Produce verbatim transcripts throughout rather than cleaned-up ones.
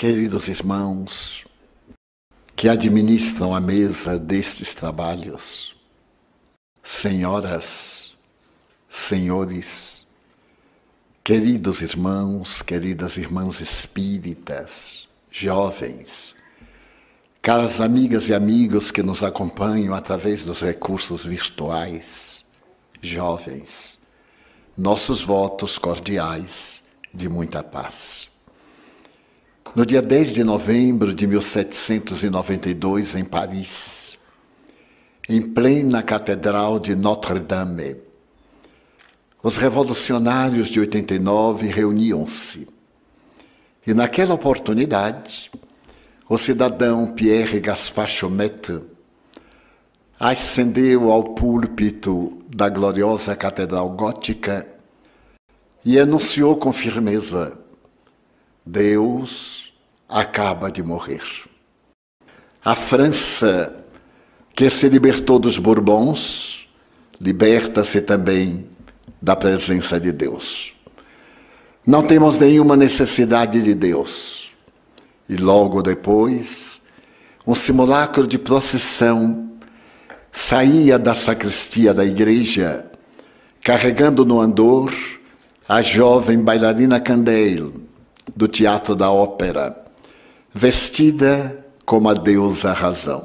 Queridos irmãos que administram a mesa destes trabalhos, senhoras, senhores, queridos irmãos, queridas irmãs espíritas, jovens, caras amigas e amigos que nos acompanham através dos recursos virtuais, jovens, nossos votos cordiais de muita paz. No dia dez de novembro de mil setecentos e noventa e dois, em Paris, em plena Catedral de Notre-Dame, os revolucionários de oitenta e nove reuniam-se. E naquela oportunidade, o cidadão Pierre Gaspard Chaumette ascendeu ao púlpito da gloriosa Catedral Gótica e anunciou com firmeza: Deus acaba de morrer. A França, que se libertou dos Bourbons, liberta-se também da presença de Deus. Não temos nenhuma necessidade de Deus. E logo depois, um simulacro de procissão saía da sacristia da igreja, carregando no andor a jovem bailarina Candale, do Teatro da Ópera, vestida como a deusa Razão.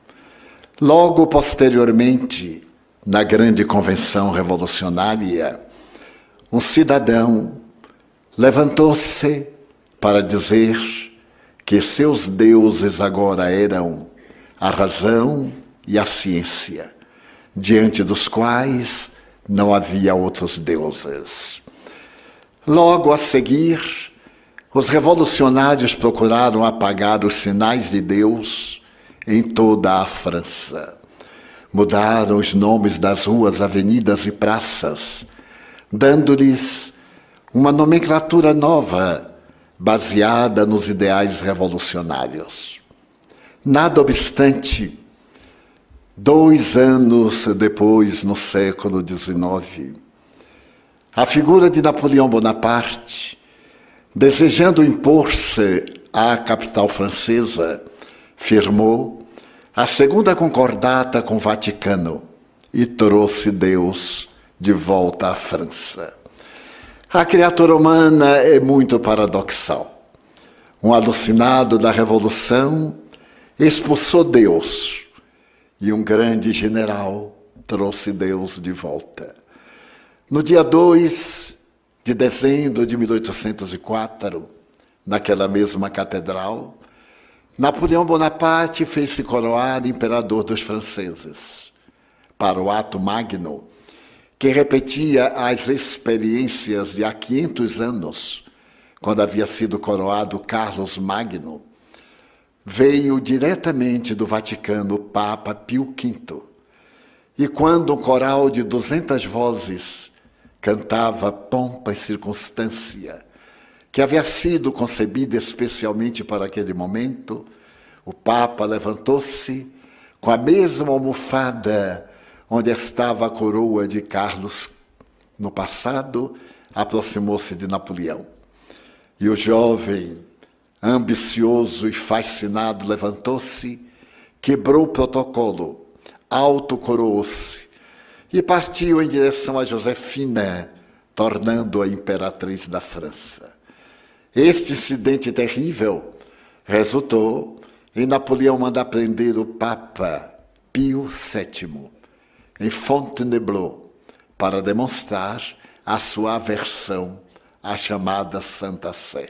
Logo posteriormente, na grande convenção revolucionária, um cidadão levantou-se para dizer que seus deuses agora eram a razão e a ciência, diante dos quais não havia outros deuses. Logo a seguir, os revolucionários procuraram apagar os sinais de Deus em toda a França. Mudaram os nomes das ruas, avenidas e praças, dando-lhes uma nomenclatura nova, baseada nos ideais revolucionários. Nada obstante, dois anos depois, no século dezenove, a figura de Napoleão Bonaparte, desejando impor-se à capital francesa, firmou a segunda concordata com o Vaticano e trouxe Deus de volta à França. A criatura humana é muito paradoxal. Um alucinado da Revolução expulsou Deus e um grande general trouxe Deus de volta. No dia dois de dezembro de mil oitocentos e quatro, naquela mesma catedral, Napoleão Bonaparte fez-se coroar imperador dos franceses. Para o ato magno, que repetia as experiências de há quinhentos anos, quando havia sido coroado Carlos Magno, veio diretamente do Vaticano o Papa Pio quinto. E quando um coral de duzentas vozes cantava Pompa e Circunstância, que havia sido concebida especialmente para aquele momento, o Papa levantou-se com a mesma almofada onde estava a coroa de Carlos no passado, aproximou-se de Napoleão. E o jovem, ambicioso e fascinado, levantou-se, quebrou o protocolo, autocoroou-se e partiu em direção a Josefina, tornando-a imperatriz da França. Este incidente terrível resultou em Napoleão mandar prender o Papa Pio sétimo em Fontainebleau para demonstrar a sua aversão à chamada Santa Sé.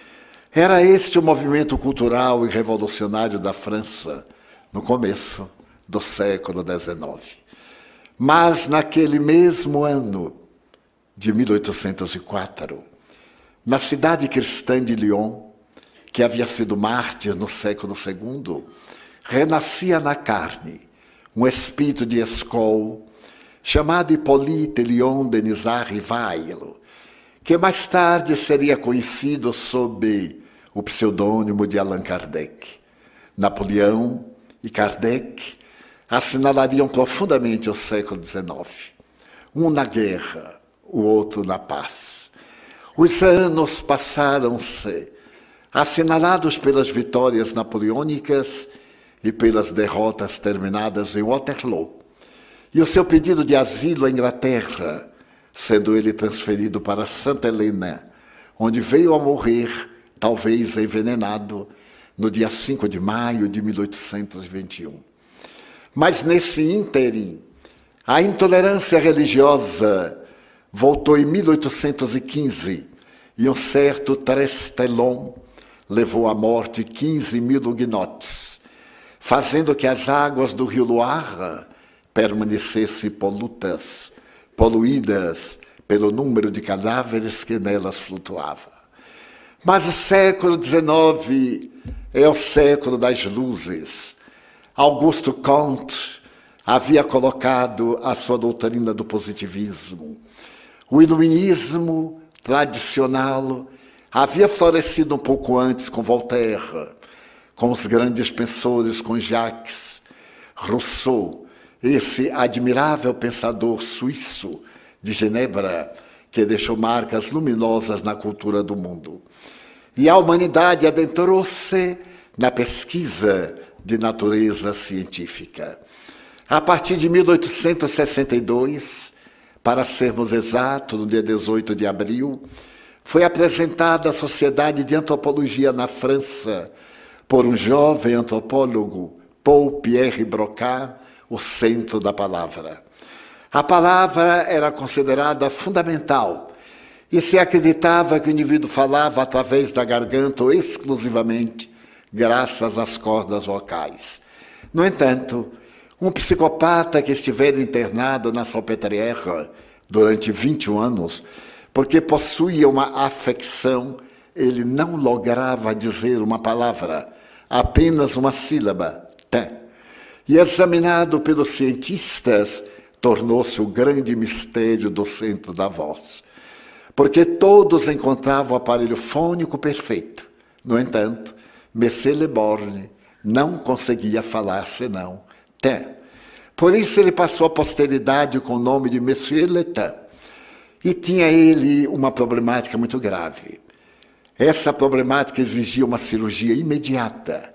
Era este o movimento cultural e revolucionário da França no começo do século dezenove. Mas naquele mesmo ano de mil oitocentos e quatro, na cidade cristã de Lyon, que havia sido mártir no século segundo, renascia na carne um espírito de escola chamado Hippolyte Léon Denis Rivail, que mais tarde seria conhecido sob o pseudônimo de Allan Kardec. Napoleão e Kardec assinalariam profundamente o século dezenove. Um na guerra, o outro na paz. Os anos passaram-se assinalados pelas vitórias napoleônicas e pelas derrotas terminadas em Waterloo, e o seu pedido de asilo à Inglaterra, sendo ele transferido para Santa Helena, onde veio a morrer, talvez envenenado, no dia cinco de maio de mil oitocentos e vinte e um. Mas nesse ínterim, a intolerância religiosa voltou em mil oitocentos e quinze, e um certo Trestelon levou à morte quinze mil huguenotes, fazendo que as águas do rio Loire permanecessem polutas, poluídas pelo número de cadáveres que nelas flutuava. Mas o século dezenove é o século das luzes. Augusto Comte havia colocado a sua doutrina do positivismo. O iluminismo tradicional havia florescido um pouco antes com Voltaire, com os grandes pensores, com Jacques, Rousseau, esse admirável pensador suíço de Genebra, que deixou marcas luminosas na cultura do mundo. E a humanidade adentrou-se na pesquisa de natureza científica. A partir de mil oitocentos e sessenta e dois, para sermos exatos, no dia dezoito de abril, foi apresentada a Sociedade de Antropologia na França por um jovem antropólogo, Paul-Pierre Broca, o centro da palavra. A palavra era considerada fundamental e se acreditava que o indivíduo falava através da garganta ou exclusivamente graças às cordas vocais. No entanto, um psicopata que estiver internado na Salpêtrière durante vinte e um anos, porque possuía uma afecção, ele não lograva dizer uma palavra, apenas uma sílaba, tem. E examinado pelos cientistas, tornou-se o grande mistério do centro da voz. Porque todos encontravam o aparelho fônico perfeito. No entanto, Monsieur Le Borgne não conseguia falar senão tem. Por isso ele passou à posteridade com o nome de Monsieur Le Tem. E tinha ele uma problemática muito grave. Essa problemática exigia uma cirurgia imediata,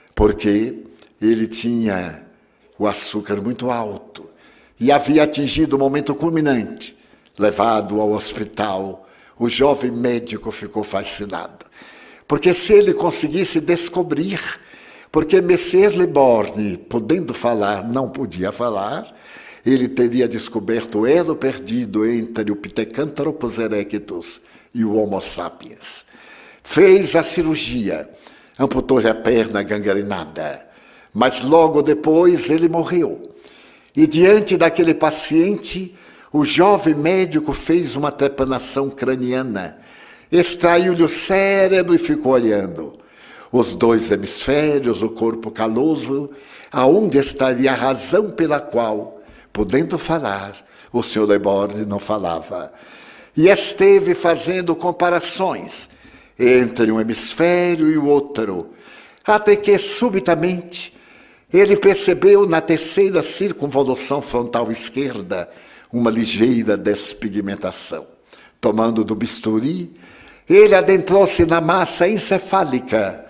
porque ele tinha o açúcar muito alto e havia atingido o momento culminante. Levado ao hospital, o jovem médico ficou fascinado, porque se ele conseguisse descobrir, porque Monsieur Le Borgne, podendo falar, não podia falar, ele teria descoberto o elo perdido entre o Pithecanthropus erectus e o Homo sapiens. Fez a cirurgia, amputou-lhe a perna gangrenada, mas logo depois ele morreu. E diante daquele paciente, o jovem médico fez uma trepanação craniana, extraiu-lhe o cérebro e ficou olhando. Os dois hemisférios, o corpo caloso, aonde estaria a razão pela qual, podendo falar, o senhor Le Borgne não falava. E esteve fazendo comparações entre um hemisfério e o outro, até que, subitamente, ele percebeu na terceira circunvolução frontal esquerda uma ligeira despigmentação. Tomando do bisturi, ele adentrou-se na massa encefálica,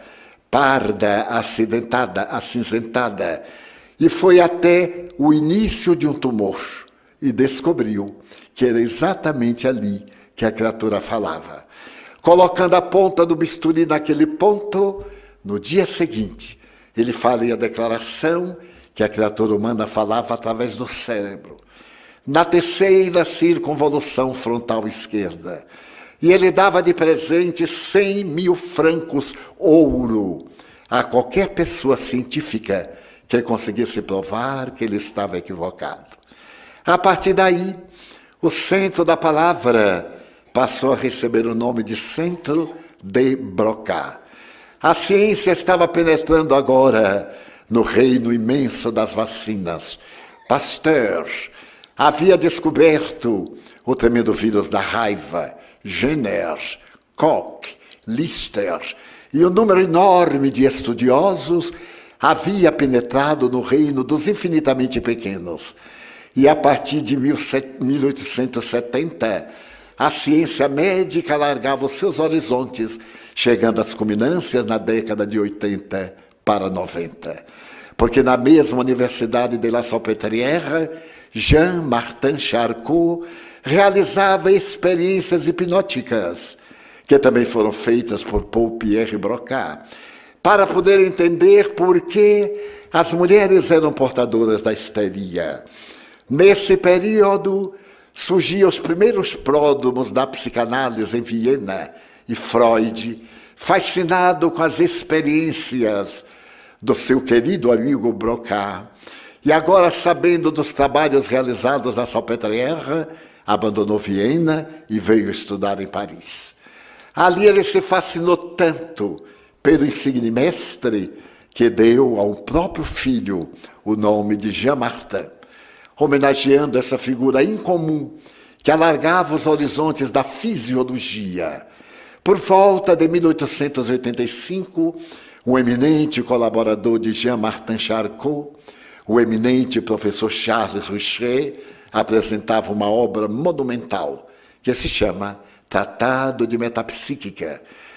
parda, acidentada, acinzentada, e foi até o início de um tumor e descobriu que era exatamente ali que a criatura falava. Colocando a ponta do bisturi naquele ponto, no dia seguinte, ele faria a declaração que a criatura humana falava através do cérebro. Na terceira circunvolução frontal esquerda. E ele dava de presente cem mil francos ouro a qualquer pessoa científica que conseguisse provar que ele estava equivocado. A partir daí, o centro da palavra passou a receber o nome de Centro de Broca. A ciência estava penetrando agora no reino imenso das vacinas. Pasteur havia descoberto o tremendo vírus da raiva, Jenner, Koch, Lister, e um número enorme de estudiosos havia penetrado no reino dos infinitamente pequenos. E a partir de mil oitocentos e setenta, a ciência médica alargava os seus horizontes chegando às culminâncias na década de oitenta para noventa. Porque na mesma Universidade de La Salpêtrière, Jean-Martin Charcot realizava experiências hipnóticas, que também foram feitas por Paul-Pierre Broca, para poder entender por que as mulheres eram portadoras da histeria. Nesse período, surgiam os primeiros pródromos da psicanálise em Viena, e Freud, fascinado com as experiências do seu querido amigo Broca, e agora sabendo dos trabalhos realizados na Salpêtrière, abandonou Viena e veio estudar em Paris. Ali ele se fascinou tanto pelo insigne mestre que deu ao próprio filho o nome de Jean-Martin, homenageando essa figura incomum que alargava os horizontes da fisiologia. Por volta de mil oitocentos e oitenta e cinco, um eminente colaborador de Jean-Martin Charcot, o eminente professor Charles Richet, apresentava uma obra monumental que se chama Tratado de Metapsíquica.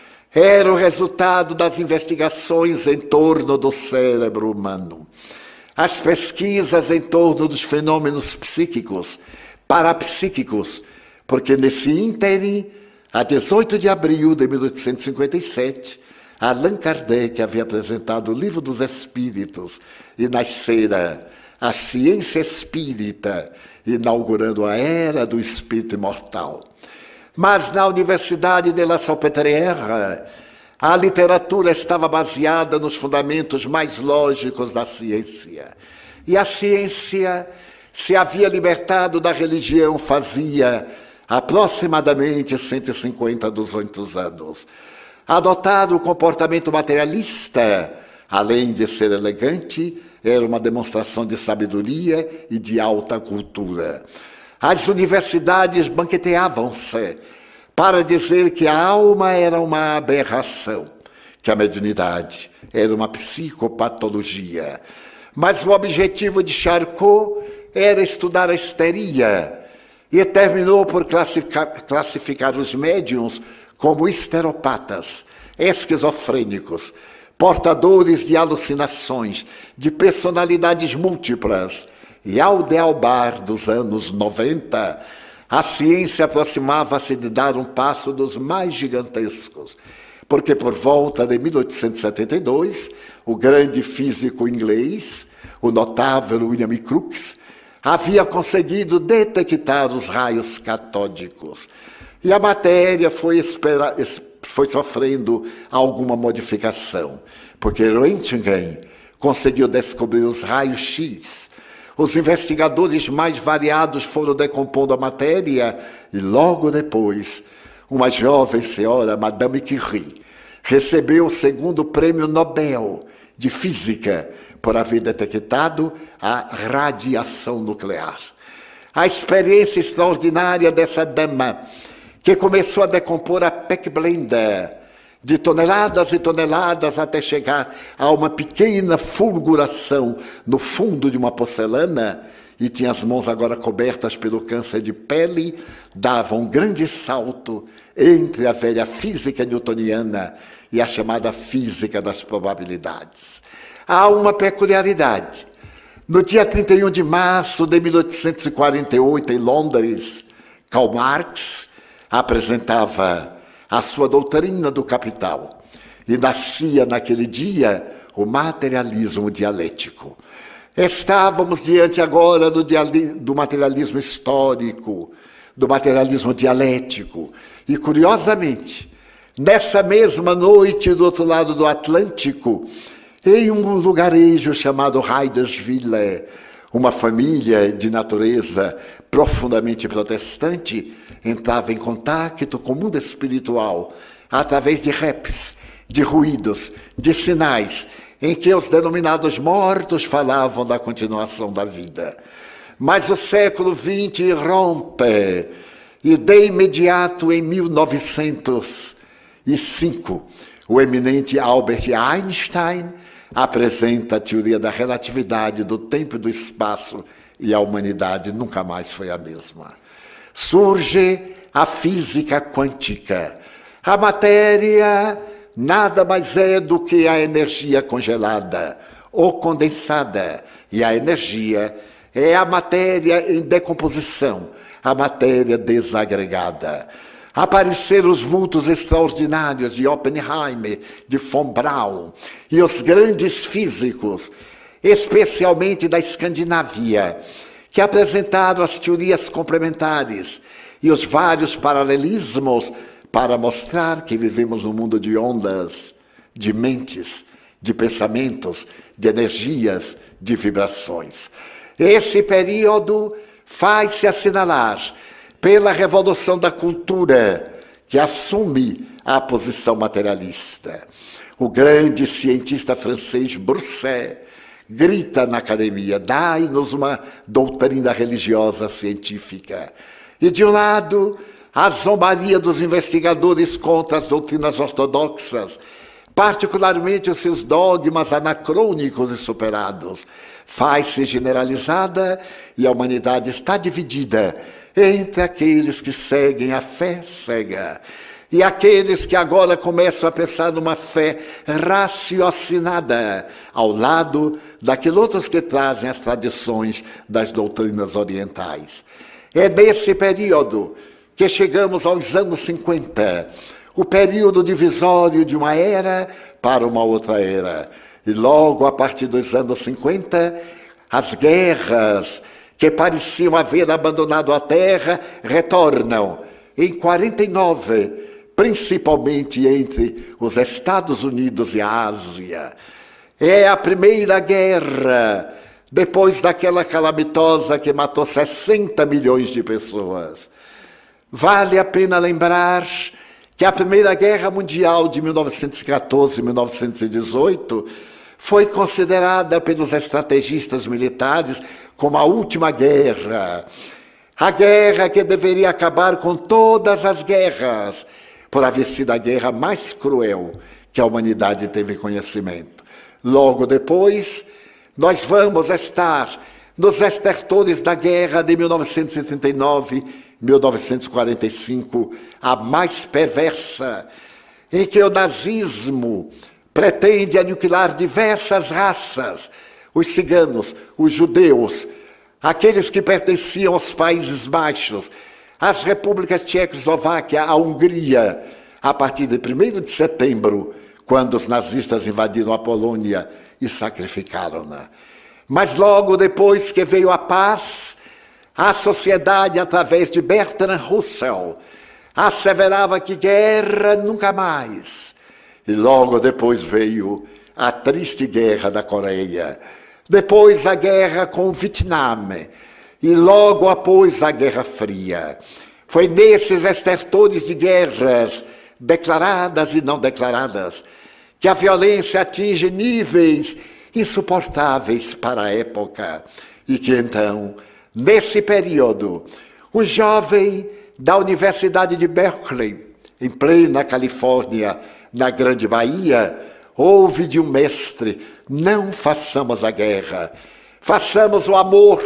Era o resultado das investigações em torno do cérebro humano. As pesquisas em torno dos fenômenos psíquicos, parapsíquicos, porque nesse ínterim, a dezoito de abril de mil oitocentos e cinquenta e sete, Allan Kardec havia apresentado o Livro dos Espíritos e nascera a ciência espírita, inaugurando a era do espírito imortal. Mas na Universidade de La Salpêtrière, a literatura estava baseada nos fundamentos mais lógicos da ciência. E a ciência se havia libertado da religião fazia aproximadamente cento e cinquenta a duzentos anos. Adotar o comportamento materialista, além de ser elegante, era uma demonstração de sabedoria e de alta cultura. As universidades banqueteavam-se para dizer que a alma era uma aberração, que a mediunidade era uma psicopatologia. Mas o objetivo de Charcot era estudar a histeria e terminou por classificar, classificar os médiuns como histeropatas, esquizofrênicos, portadores de alucinações, de personalidades múltiplas. E ao dealbar dos anos noventa, a ciência aproximava-se de dar um passo dos mais gigantescos, porque por volta de mil oitocentos e setenta e dois, o grande físico inglês, o notável William Crookes, havia conseguido detectar os raios catódicos. E a matéria foi, espera, foi sofrendo alguma modificação, porque Röntgen conseguiu descobrir os raios X. Os investigadores mais variados foram decompondo a matéria e logo depois, uma jovem senhora, Madame Curie, recebeu o segundo prêmio Nobel de Física por haver detectado a radiação nuclear. A experiência extraordinária dessa dama, que começou a decompor a pechblende de toneladas e toneladas até chegar a uma pequena fulguração no fundo de uma porcelana, e tinha as mãos agora cobertas pelo câncer de pele, dava um grande salto entre a velha física newtoniana e a chamada física das probabilidades. Há uma peculiaridade. No dia trinta e um de março de mil oitocentos e quarenta e oito, em Londres, Karl Marx apresentava a sua doutrina do Capital. E nascia naquele dia o materialismo dialético. Estávamos diante agora do, do materialismo histórico, do materialismo dialético. E, curiosamente, nessa mesma noite, do outro lado do Atlântico, em um lugarejo chamado Hydesville, uma família de natureza profundamente protestante entrava em contato com o mundo espiritual através de raps, de ruídos, de sinais, em que os denominados mortos falavam da continuação da vida. Mas o século vinte rompe, e de imediato, em mil novecentos e cinco, o eminente Albert Einstein apresenta a teoria da relatividade do tempo e do espaço, e a humanidade nunca mais foi a mesma. Surge a física quântica, A matéria nada mais é do que a energia congelada ou condensada. E a energia é a matéria em decomposição, a matéria desagregada. Apareceram os vultos extraordinários de Oppenheimer, de von Braun, e os grandes físicos, especialmente da Escandinávia, que apresentaram as teorias complementares e os vários paralelismos para mostrar que vivemos num mundo de ondas, de mentes, de pensamentos, de energias, de vibrações. Esse período faz-se assinalar pela revolução da cultura, que assume a posição materialista. O grande cientista francês Broussais grita na academia: dai-nos uma doutrina religiosa científica. E de um lado, a zombaria dos investigadores contra as doutrinas ortodoxas, particularmente os seus dogmas anacrônicos e superados, faz-se generalizada e a humanidade está dividida entre aqueles que seguem a fé cega e aqueles que agora começam a pensar numa fé raciocinada, ao lado daqueles outros que trazem as tradições das doutrinas orientais. É nesse período que chegamos aos anos cinquenta, o período divisório de uma era para uma outra era. E logo a partir dos anos cinquenta, as guerras que pareciam haver abandonado a terra retornam. Em quarenta e nove, principalmente entre os Estados Unidos e a Ásia. É a primeira guerra, depois daquela calamitosa que matou sessenta milhões de pessoas. Vale a pena lembrar que a Primeira Guerra Mundial de mil novecentos e quatorze e mil novecentos e dezoito foi considerada pelos estrategistas militares como a última guerra. A guerra que deveria acabar com todas as guerras, por haver sido a guerra mais cruel que a humanidade teve conhecimento. Logo depois, nós vamos estar nos estertores da guerra de mil novecentos e trinta e nove, mil novecentos e quarenta e cinco, a mais perversa, em que o nazismo pretende aniquilar diversas raças, os ciganos, os judeus, aqueles que pertenciam aos Países Baixos, as repúblicas Tchecoslováquia, a Hungria, a partir de primeiro de setembro, quando os nazistas invadiram a Polônia e sacrificaram-na. Mas logo depois que veio a paz, a sociedade, através de Bertrand Russell, asseverava que guerra nunca mais. E logo depois veio a triste guerra da Coreia, depois a guerra com o Vietnã, e logo após a Guerra Fria. Foi nesses estertores de guerras, declaradas e não declaradas, que a violência atinge níveis insuportáveis para a época, e que então, nesse período, um jovem da Universidade de Berkeley, em plena Califórnia, na Grande Bahia, ouve de um mestre: não façamos a guerra, façamos o amor,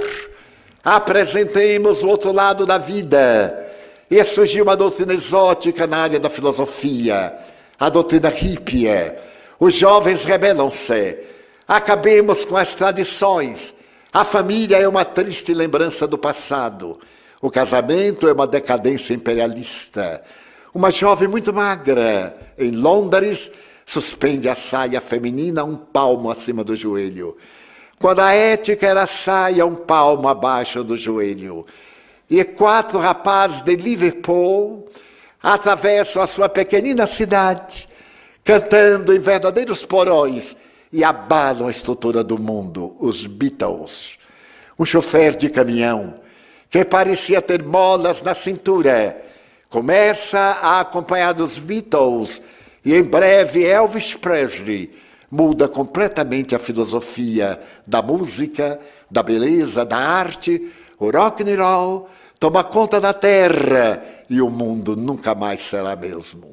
apresentemos o outro lado da vida. E surgiu uma doutrina exótica na área da filosofia, a doutrina hippie. Os jovens rebelam-se, acabemos com as tradições. A família é uma triste lembrança do passado. O casamento é uma decadência imperialista. Uma jovem muito magra, em Londres, suspende a saia feminina um palmo acima do joelho, quando a ética era a saia um palmo abaixo do joelho. E quatro rapazes de Liverpool atravessam a sua pequenina cidade, cantando em verdadeiros porões, e abalam a estrutura do mundo, os Beatles. Um chofer de caminhão, que parecia ter molas na cintura, começa a acompanhar os Beatles, e em breve Elvis Presley muda completamente a filosofia da música, da beleza, da arte. O rock and roll toma conta da terra e o mundo nunca mais será mesmo.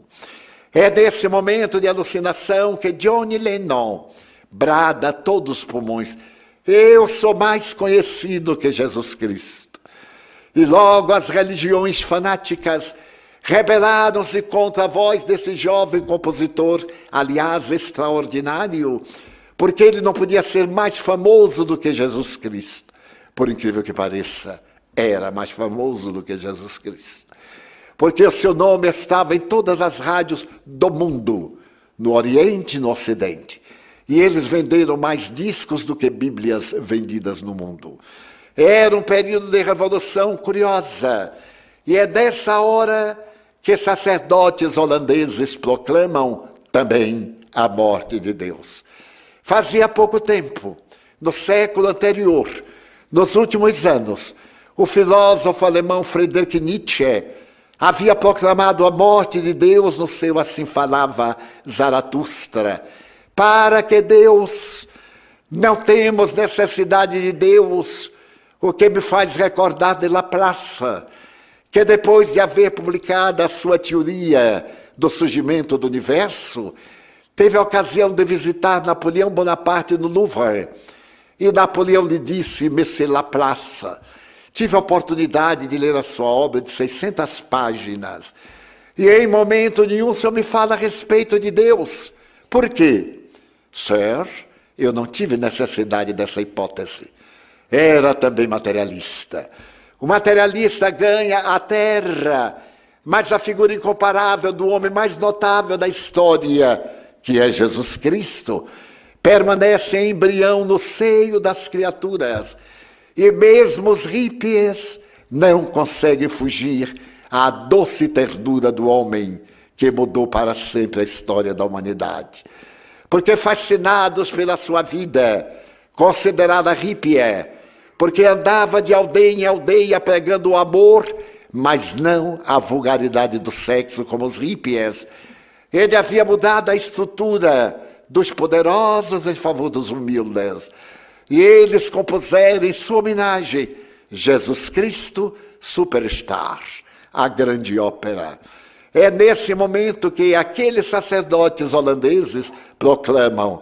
É nesse momento de alucinação que Johnny Lennon brada a todos os pulmões: eu sou mais conhecido que Jesus Cristo. E logo as religiões fanáticas rebelaram-se contra a voz desse jovem compositor, aliás, extraordinário, porque ele não podia ser mais famoso do que Jesus Cristo. Por incrível que pareça, era mais famoso do que Jesus Cristo. Porque o seu nome estava em todas as rádios do mundo, no Oriente e no Ocidente. E eles venderam mais discos do que Bíblias vendidas no mundo. Era um período de revolução curiosa. E é dessa hora que sacerdotes holandeses proclamam também a morte de Deus. Fazia pouco tempo, no século anterior, nos últimos anos, o filósofo alemão Friedrich Nietzsche havia proclamado a morte de Deus no seu Assim Falava Zaratustra. Para que Deus, não temos necessidade de Deus, o que me faz recordar de Laplace, que depois de haver publicado a sua teoria do surgimento do universo, teve a ocasião de visitar Napoleão Bonaparte no Louvre. E Napoleão lhe disse: Monsieur Laplace, tive a oportunidade de ler a sua obra de seiscentas páginas. E em momento nenhum o senhor me fala a respeito de Deus. Por quê? Sir, eu não tive necessidade dessa hipótese. Era também materialista. O materialista ganha a terra, mas a figura incomparável do homem mais notável da história, que é Jesus Cristo, permanece em embrião no seio das criaturas. E mesmo os hippies não conseguem fugir à doce ternura do homem que mudou para sempre a história da humanidade. Porque fascinados pela sua vida, considerada hippie, porque andava de aldeia em aldeia pregando o amor, mas não a vulgaridade do sexo como os hippies. Ele havia mudado a estrutura dos poderosos em favor dos humildes. E eles compuseram em sua homenagem Jesus Cristo Superstar, a grande ópera. É nesse momento que aqueles sacerdotes holandeses proclamam: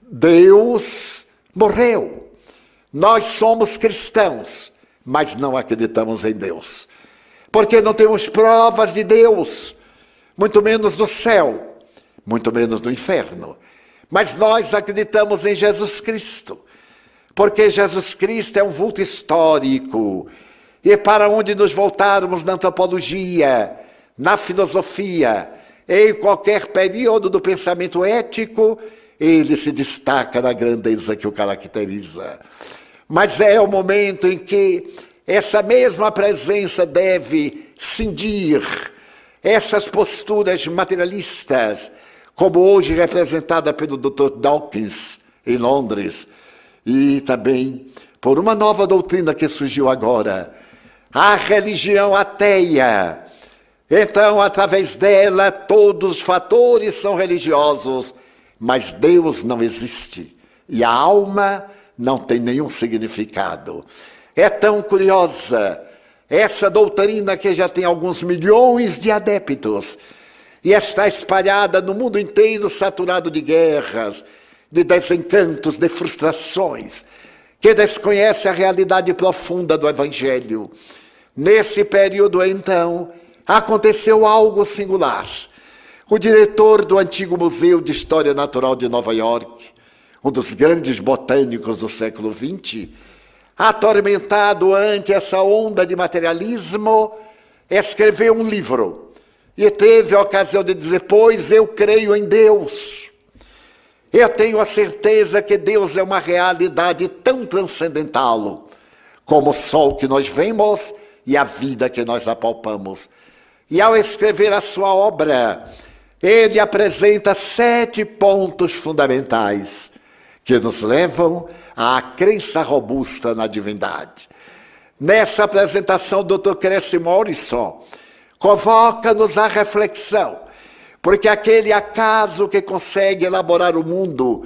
Deus morreu. Nós somos cristãos, mas não acreditamos em Deus. Porque não temos provas de Deus, muito menos do céu, muito menos do inferno. Mas nós acreditamos em Jesus Cristo, porque Jesus Cristo é um vulto histórico. E para onde nos voltarmos na antropologia, na filosofia, em qualquer período do pensamento ético, ele se destaca na grandeza que o caracteriza. Mas é o momento em que essa mesma presença deve cindir essas posturas materialistas, como hoje representada pelo doutor Dawkins, em Londres, e também por uma nova doutrina que surgiu agora, a religião ateia. Então, através dela, todos os fatores são religiosos, mas Deus não existe e a alma não tem nenhum significado. É tão curiosa essa doutrina que já tem alguns milhões de adeptos e está espalhada no mundo inteiro, saturado de guerras, de desencantos, de frustrações, que desconhece a realidade profunda do Evangelho. Nesse período, então, aconteceu algo singular. O diretor do antigo Museu de História Natural de Nova York, um dos grandes botânicos do século vinte, atormentado ante essa onda de materialismo, escreveu um livro e teve a ocasião de dizer: pois eu creio em Deus. Eu tenho a certeza que Deus é uma realidade tão transcendental como o sol que nós vemos e a vida que nós apalpamos. E ao escrever a sua obra, ele apresenta sete pontos fundamentais que nos levam à crença robusta na divindade. Nessa apresentação, o doutor Cressy Morrison convoca-nos à reflexão, porque aquele acaso que consegue elaborar o mundo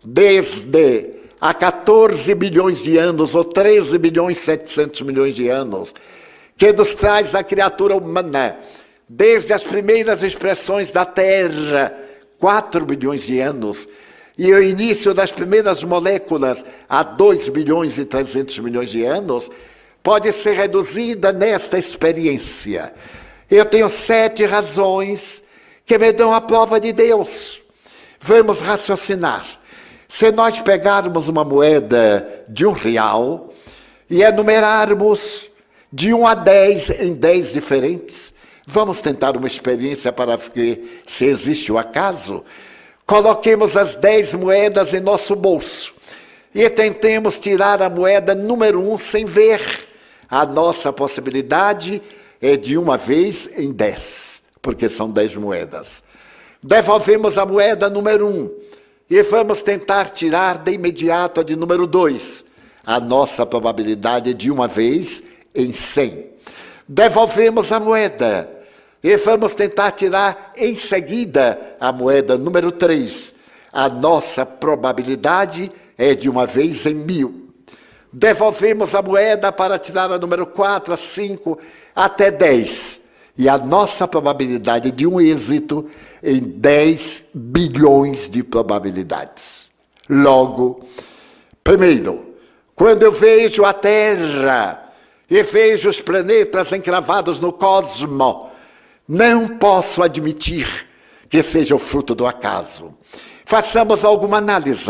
desde há quatorze bilhões de anos, ou treze bilhões e setecentos milhões de anos, que nos traz a criatura humana, desde as primeiras expressões da Terra, quatro bilhões de anos, e o início das primeiras moléculas há dois bilhões e trezentos milhões de anos, pode ser reduzida nesta experiência. Eu tenho sete razões que me dão a prova de Deus. Vamos raciocinar. Se nós pegarmos uma moeda de um real e enumerarmos de um a dez em dez diferentes, vamos tentar uma experiência para ver se existe o acaso. Coloquemos as dez moedas em nosso bolso e tentemos tirar a moeda número um sem ver. A nossa possibilidade é de uma vez em dez, porque são dez moedas. Devolvemos a moeda número um e vamos tentar tirar de imediato a de número dois. A nossa probabilidade é de uma vez em cem. Devolvemos a moeda e vamos tentar tirar em seguida a moeda número três. A nossa probabilidade é de uma vez em mil. Devolvemos a moeda para tirar a número quatro, a cinco, até dez. E a nossa probabilidade de um êxito em dez bilhões de probabilidades. Logo, primeiro, quando eu vejo a Terra e vejo os planetas encravados no cosmo, não posso admitir que seja o fruto do acaso. Façamos alguma análise.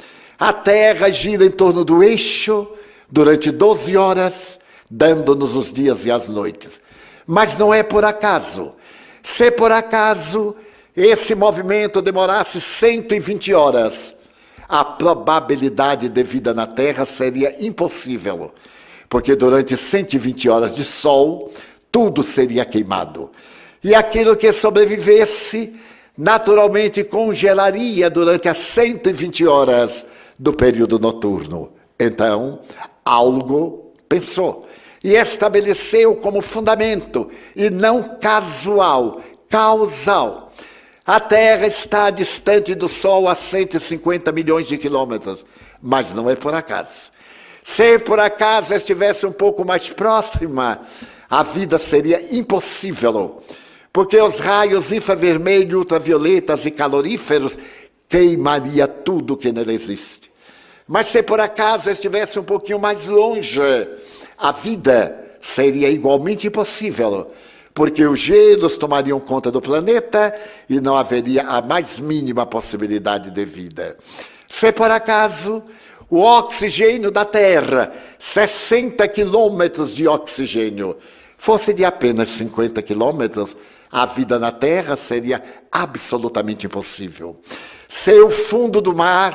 A Terra gira em torno do eixo durante doze horas, dando-nos os dias e as noites. Mas não é por acaso. Se por acaso esse movimento demorasse cento e vinte horas, a probabilidade de vida na Terra seria impossível, porque durante cento e vinte horas de sol, tudo seria queimado. E aquilo que sobrevivesse, naturalmente congelaria durante as cento e vinte horas do período noturno. Então, algo pensou e estabeleceu como fundamento, e não casual, causal. A Terra está distante do Sol a cento e cinquenta milhões de quilômetros, mas não é por acaso. Se por acaso estivesse um pouco mais próxima, a vida seria impossível, porque os raios infravermelho, ultravioletas e caloríferos queimaria tudo que nela existe. Mas se por acaso estivesse um pouquinho mais longe, a vida seria igualmente impossível, porque os gelos tomariam conta do planeta e não haveria a mais mínima possibilidade de vida. Se por acaso o oxigênio da Terra, sessenta quilômetros de oxigênio, fosse de apenas cinquenta quilômetros, a vida na Terra seria absolutamente impossível. Se o fundo do mar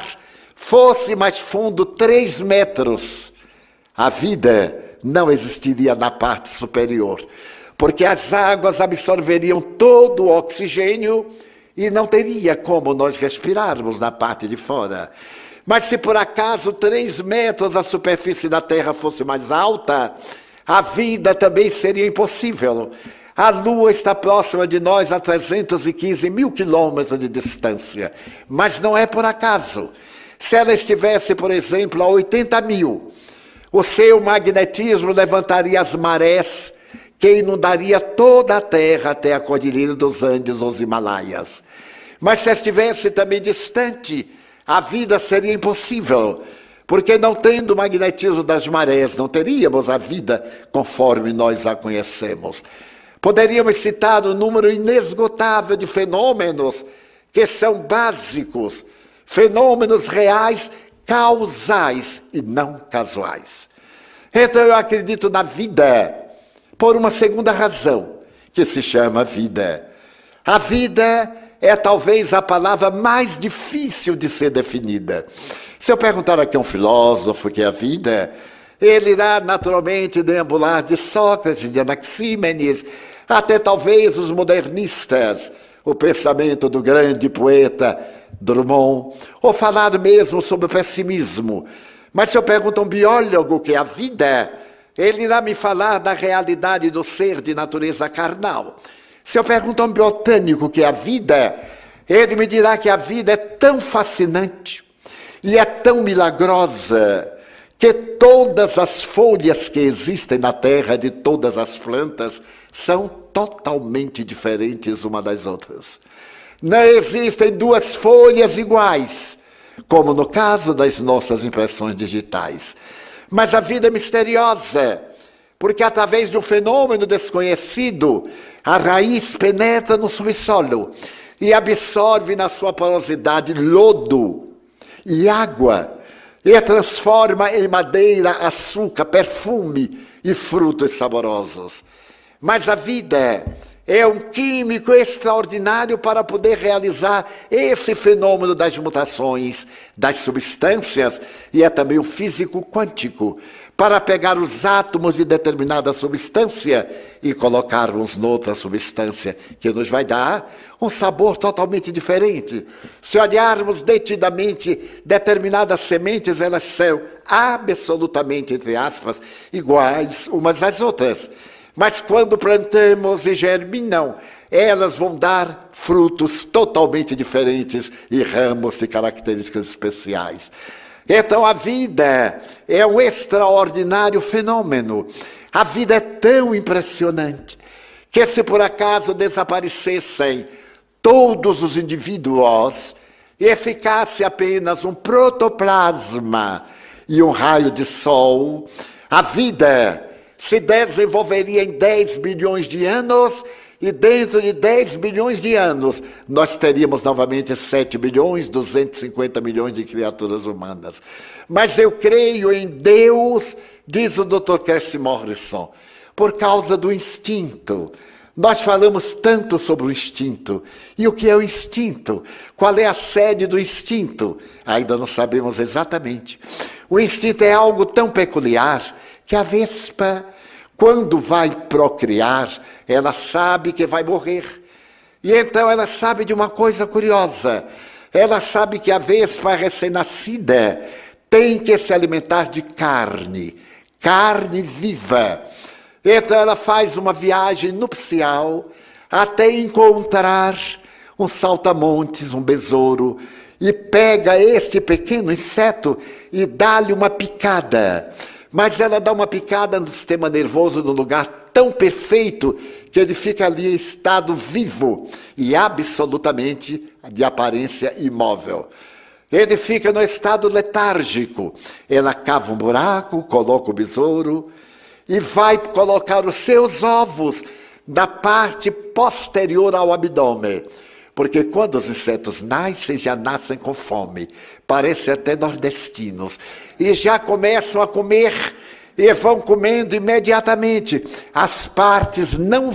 fosse mais fundo três metros, a vida não existiria na parte superior, porque as águas absorveriam todo o oxigênio e não teria como nós respirarmos na parte de fora. Mas se por acaso três metros a superfície da Terra fosse mais alta, a vida também seria impossível. A Lua está próxima de nós a trezentos e quinze mil quilômetros de distância, mas não é por acaso. Se ela estivesse, por exemplo, a oitenta mil, o seu magnetismo levantaria as marés que inundaria toda a Terra até a Cordilheira dos Andes ou os Himalaias. Mas se estivesse também distante, a vida seria impossível, porque não tendo o magnetismo das marés, não teríamos a vida conforme nós a conhecemos. Poderíamos citar um número inesgotável de fenômenos que são básicos, fenômenos reais, causais e não casuais. Então eu acredito na vida por uma segunda razão, que se chama vida. A vida é talvez a palavra mais difícil de ser definida. Se eu perguntar aqui a um filósofo o que é a vida, ele irá naturalmente deambular de Sócrates, de Anaxímenes, até talvez os modernistas, o pensamento do grande poeta Drummond, ou falar mesmo sobre o pessimismo. Mas se eu pergunto a um biólogo o que é a vida, ele irá me falar da realidade do ser de natureza carnal. Se eu pergunto a um botânico o que é a vida, ele me dirá que a vida é tão fascinante e é tão milagrosa que todas as folhas que existem na terra, de todas as plantas, são totalmente diferentes uma das outras. Não existem duas folhas iguais, como no caso das nossas impressões digitais. Mas a vida é misteriosa. Porque através de um fenômeno desconhecido, a raiz penetra no subsolo e absorve na sua porosidade lodo e água e transforma em madeira, açúcar, perfume e frutos saborosos. Mas a vida é um químico extraordinário para poder realizar esse fenômeno das mutações das substâncias, e é também o físico quântico, para pegar os átomos de determinada substância e colocarmos noutra substância, que nos vai dar um sabor totalmente diferente. Se olharmos detidamente determinadas sementes, elas são absolutamente, entre aspas, iguais umas às outras. Mas quando plantamos e germinam, elas vão dar frutos totalmente diferentes e ramos de características especiais. Então a vida é um extraordinário fenômeno. A vida é tão impressionante que, se por acaso desaparecessem todos os indivíduos e ficasse apenas um protoplasma e um raio de sol, a vida se desenvolveria em dez bilhões de anos, e dentro de dez bilhões de anos nós teríamos novamente sete bilhões, duzentos e cinquenta milhões de criaturas humanas. Mas eu creio em Deus, diz o doutor Casey Morrison, por causa do instinto. Nós falamos tanto sobre o instinto. E o que é o instinto? Qual é a sede do instinto? Ainda não sabemos exatamente. O instinto é algo tão peculiar que a vespa, quando vai procriar, ela sabe que vai morrer. E então ela sabe de uma coisa curiosa. Ela sabe que a vespa recém-nascida tem que se alimentar de carne, carne viva. Então ela faz uma viagem nupcial até encontrar um saltamontes, um besouro, e pega esse pequeno inseto e dá-lhe uma picada. Mas ela dá uma picada no sistema nervoso, no lugar tão perfeito, que ele fica ali em estado vivo e absolutamente de aparência imóvel. Ele fica no estado letárgico. Ela cava um buraco, coloca o besouro e vai colocar os seus ovos na parte posterior ao abdômen. Porque quando os insetos nascem, já nascem com fome. Parecem até nordestinos. E já começam a comer, e vão comendo imediatamente as partes não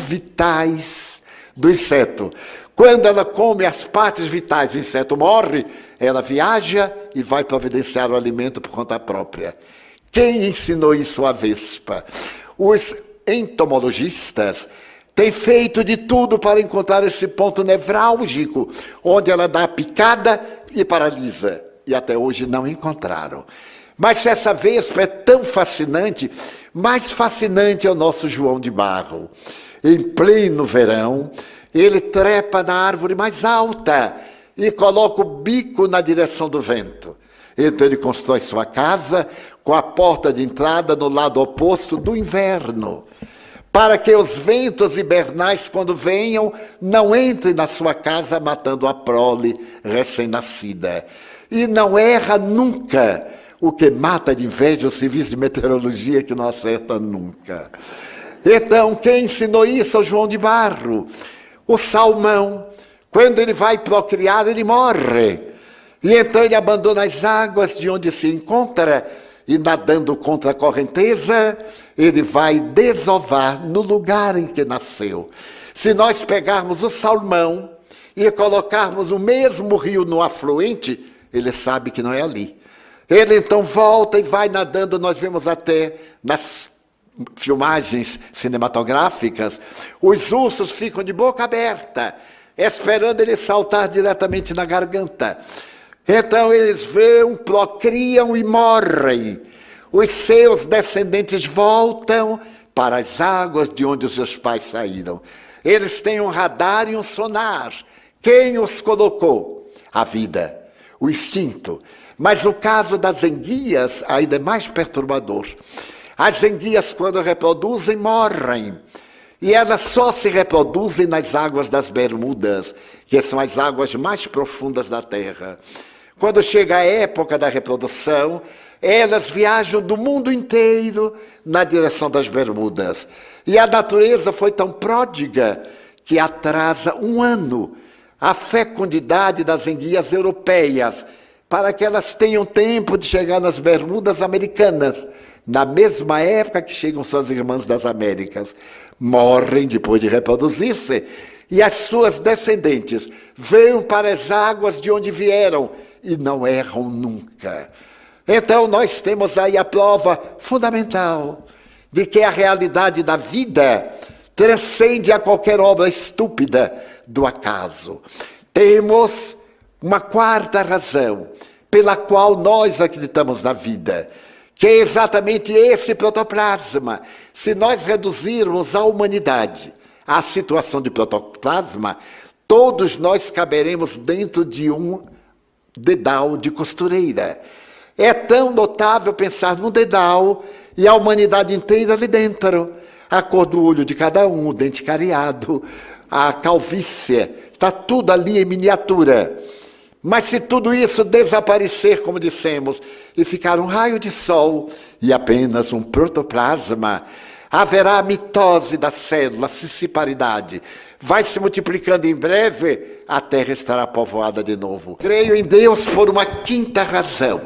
vitais do inseto. Quando ela come as partes vitais, o inseto morre, ela viaja e vai providenciar o alimento por conta própria. Quem ensinou isso à vespa? Os entomologistas têm feito de tudo para encontrar esse ponto nevrálgico, onde ela dá a picada e paralisa. E até hoje não encontraram. Mas se essa vespa é tão fascinante, mais fascinante é o nosso João de Barro. Em pleno verão, ele trepa na árvore mais alta e coloca o bico na direção do vento. Então ele constrói sua casa com a porta de entrada no lado oposto do inverno, para que os ventos hibernais, quando venham, não entrem na sua casa matando a prole recém-nascida. E não erra nunca. O que mata de inveja o serviço de meteorologia, que não acerta nunca. Então, quem ensinou isso ao João de Barro? O salmão. Quando ele vai procriar, ele morre. E então ele abandona as águas de onde se encontra, e nadando contra a correnteza, ele vai desovar no lugar em que nasceu. Se nós pegarmos o salmão e colocarmos o mesmo rio no afluente, ele sabe que não é ali. Ele então volta e vai nadando. Nós vemos até nas filmagens cinematográficas, os ursos ficam de boca aberta, esperando ele saltar diretamente na garganta. Então eles veem, procriam e morrem. Os seus descendentes voltam para as águas de onde os seus pais saíram. Eles têm um radar e um sonar. Quem os colocou? A vida, o instinto. Mas o caso das enguias ainda é mais perturbador. As enguias, quando reproduzem, morrem. E elas só se reproduzem nas águas das Bermudas, que são as águas mais profundas da Terra. Quando chega a época da reprodução, elas viajam do mundo inteiro na direção das Bermudas. E a natureza foi tão pródiga que atrasa um ano a fecundidade das enguias europeias, para que elas tenham tempo de chegar nas Bermudas americanas, na mesma época que chegam suas irmãs das Américas. Morrem depois de reproduzir-se, e as suas descendentes vêm para as águas de onde vieram e não erram nunca. Então nós temos aí a prova fundamental de que a realidade da vida transcende a qualquer obra estúpida do acaso. Temos uma quarta razão pela qual nós acreditamos na vida, que é exatamente esse protoplasma. Se nós reduzirmos a humanidade à situação de protoplasma, todos nós caberemos dentro de um dedal de costureira. É tão notável pensar num dedal e a humanidade inteira ali dentro. A cor do olho de cada um, o dente cariado, a calvície, está tudo ali em miniatura. Mas se tudo isso desaparecer, como dissemos, e ficar um raio de sol e apenas um protoplasma, haverá a mitose da célula, a cissiparidade. Vai se multiplicando em breve, a Terra estará povoada de novo. Creio em Deus por uma quinta razão.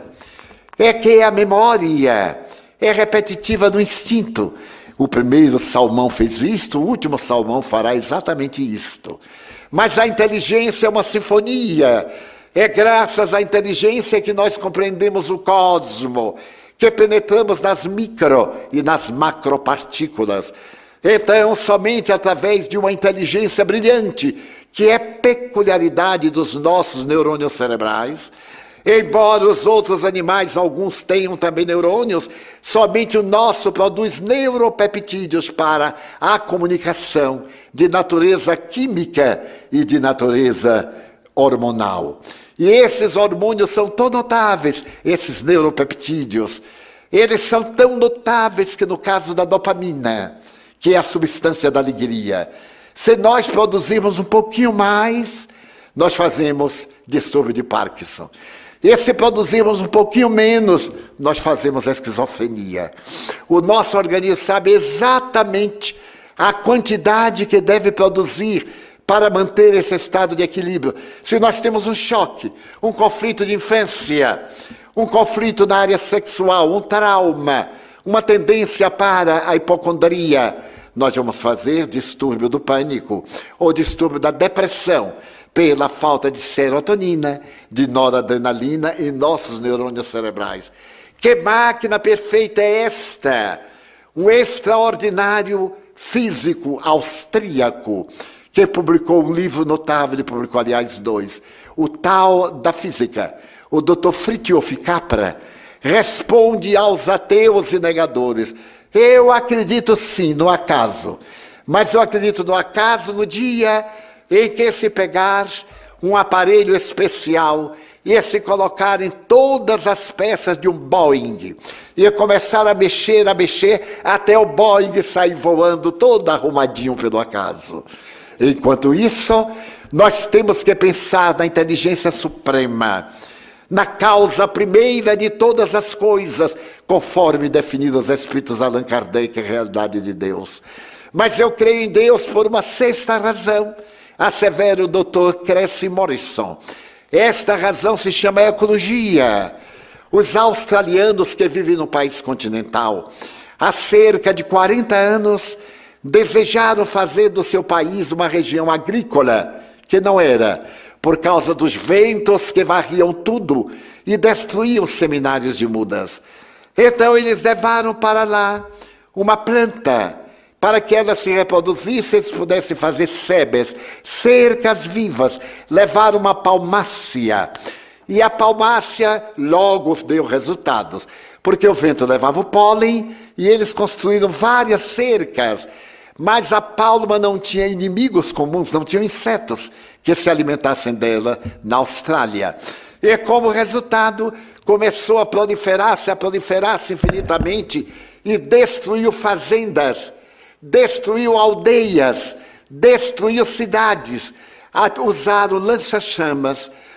É que a memória é repetitiva do instinto. O primeiro salmão fez isto, o último salmão fará exatamente isto. Mas a inteligência é uma sinfonia. É graças à inteligência que nós compreendemos o cosmo, que penetramos nas micro e nas macropartículas. Então, somente através de uma inteligência brilhante, que é peculiaridade dos nossos neurônios cerebrais, embora os outros animais, alguns tenham também neurônios, somente o nosso produz neuropeptídeos para a comunicação de natureza química e de natureza hormonal. E esses hormônios são tão notáveis, esses neuropeptídeos, eles são tão notáveis que no caso da dopamina, que é a substância da alegria, se nós produzirmos um pouquinho mais, nós fazemos distúrbio de Parkinson. E se produzirmos um pouquinho menos, nós fazemos a esquizofrenia. O nosso organismo sabe exatamente a quantidade que deve produzir para manter esse estado de equilíbrio. Se nós temos um choque, um conflito de infância, um conflito na área sexual, um trauma, uma tendência para a hipocondria, nós vamos fazer distúrbio do pânico ou distúrbio da depressão, pela falta de serotonina, de noradrenalina em nossos neurônios cerebrais. Que máquina perfeita é esta? Um extraordinário físico austríaco, que publicou um livro notável, ele publicou, aliás, dois, o Tao da Física. O doutor Fritjof Capra responde aos ateus e negadores: eu acredito sim no acaso, mas eu acredito no acaso no dia em que se pegar um aparelho especial e se colocar em todas as peças de um Boeing e começar a mexer, a mexer, até o Boeing sair voando todo arrumadinho pelo acaso. Enquanto isso, nós temos que pensar na inteligência suprema, na causa primeira de todas as coisas, conforme definido os Espíritos Allan Kardec, a realidade de Deus. Mas eu creio em Deus por uma sexta razão, assevera o doutor Cressy Morrison. Esta razão se chama ecologia. Os australianos que vivem no país continental, há cerca de quarenta anos, desejaram fazer do seu país uma região agrícola, que não era, por causa dos ventos que varriam tudo e destruíam os seminários de mudas. Então eles levaram para lá uma planta, para que ela se reproduzisse, eles pudessem fazer sebes, cercas vivas, levaram uma palmácia. E a palmácia logo deu resultados, porque o vento levava o pólen e eles construíram várias cercas. Mas a palma não tinha inimigos comuns, não tinha insetos que se alimentassem dela na Austrália. E como resultado, começou a proliferar-se, a proliferar-se infinitamente e destruiu fazendas, destruiu aldeias, destruiu cidades. Usaram lança-chamas,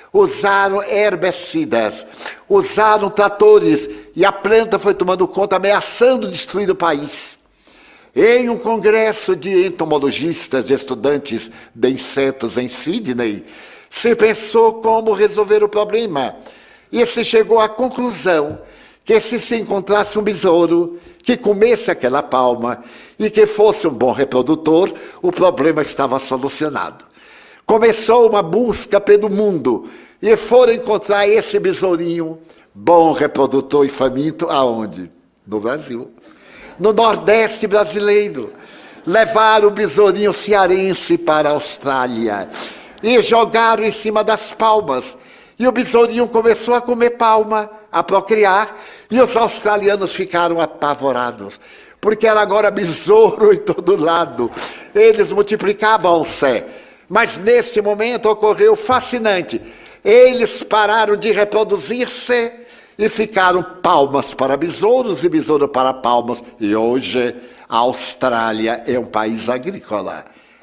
usaram herbicidas, usaram tratores, e a planta foi tomando conta, ameaçando destruir o país. Em um congresso de entomologistas e estudantes de insetos em Sydney, se pensou como resolver o problema. E se chegou à conclusão que se se encontrasse um besouro que comesse aquela palma e que fosse um bom reprodutor, o problema estava solucionado. Começou uma busca pelo mundo e foram encontrar esse besourinho, bom reprodutor e faminto, aonde? No Brasil. No Nordeste brasileiro. Levaram o besourinho cearense para a Austrália e jogaram em cima das palmas. E o besourinho começou a comer palma, a procriar, e os australianos ficaram apavorados, porque era agora besouro em todo lado. Eles multiplicavam-se, mas nesse momento ocorreu fascinante. Eles pararam de reproduzir-se e ficaram palmas para besouros e besouro para palmas. E hoje a Austrália é um país agrícola.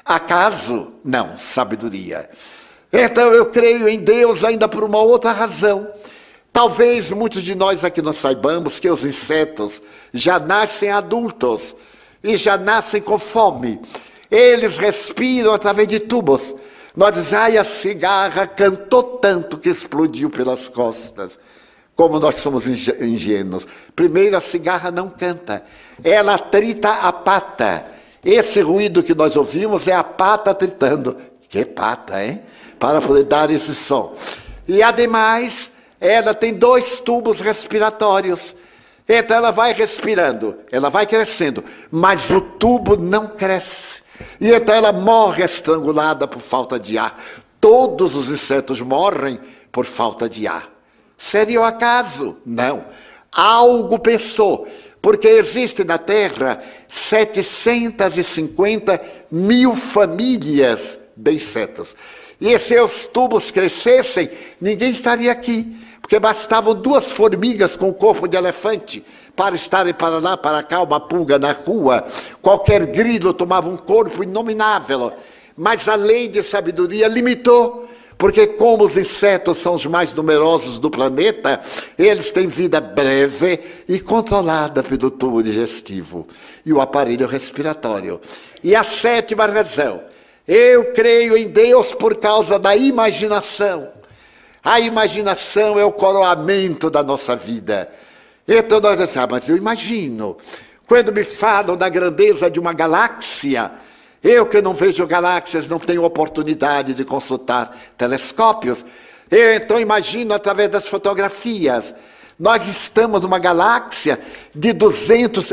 Acaso? Não, sabedoria. Então eu creio em Deus ainda por uma outra razão. Talvez muitos de nós aqui não saibamos que os insetos já nascem adultos e já nascem com fome. Eles respiram através de tubos. Nós dizemos, ai, a cigarra cantou tanto que explodiu pelas costas. Como nós somos ingênuos. Primeiro, a cigarra não canta. Ela trita a pata. Esse ruído que nós ouvimos é a pata tritando. Que pata, hein? Para poder dar esse som. E, ademais, ela tem dois tubos respiratórios. Então, ela vai respirando, ela vai crescendo, mas o tubo não cresce. E então, ela morre estrangulada por falta de ar. Todos os insetos morrem por falta de ar. Seria o acaso? Não. Algo pensou, porque existe na Terra setecentas e cinquenta mil famílias de insetos. E se os tubos crescessem, ninguém estaria aqui, porque bastavam duas formigas com o corpo de elefante para estarem para lá, para cá, uma pulga na rua. Qualquer grilo tomava um corpo inominável. Mas a lei de sabedoria limitou, porque como os insetos são os mais numerosos do planeta, eles têm vida breve e controlada pelo tubo digestivo e o aparelho respiratório. E a sétima razão, eu creio em Deus por causa da imaginação. A imaginação é o coroamento da nossa vida. Então nós dizemos, ah, mas eu imagino. Quando me falam da grandeza de uma galáxia, eu que não vejo galáxias, não tenho oportunidade de consultar telescópios, eu então imagino através das fotografias. Nós estamos numa galáxia de duzentos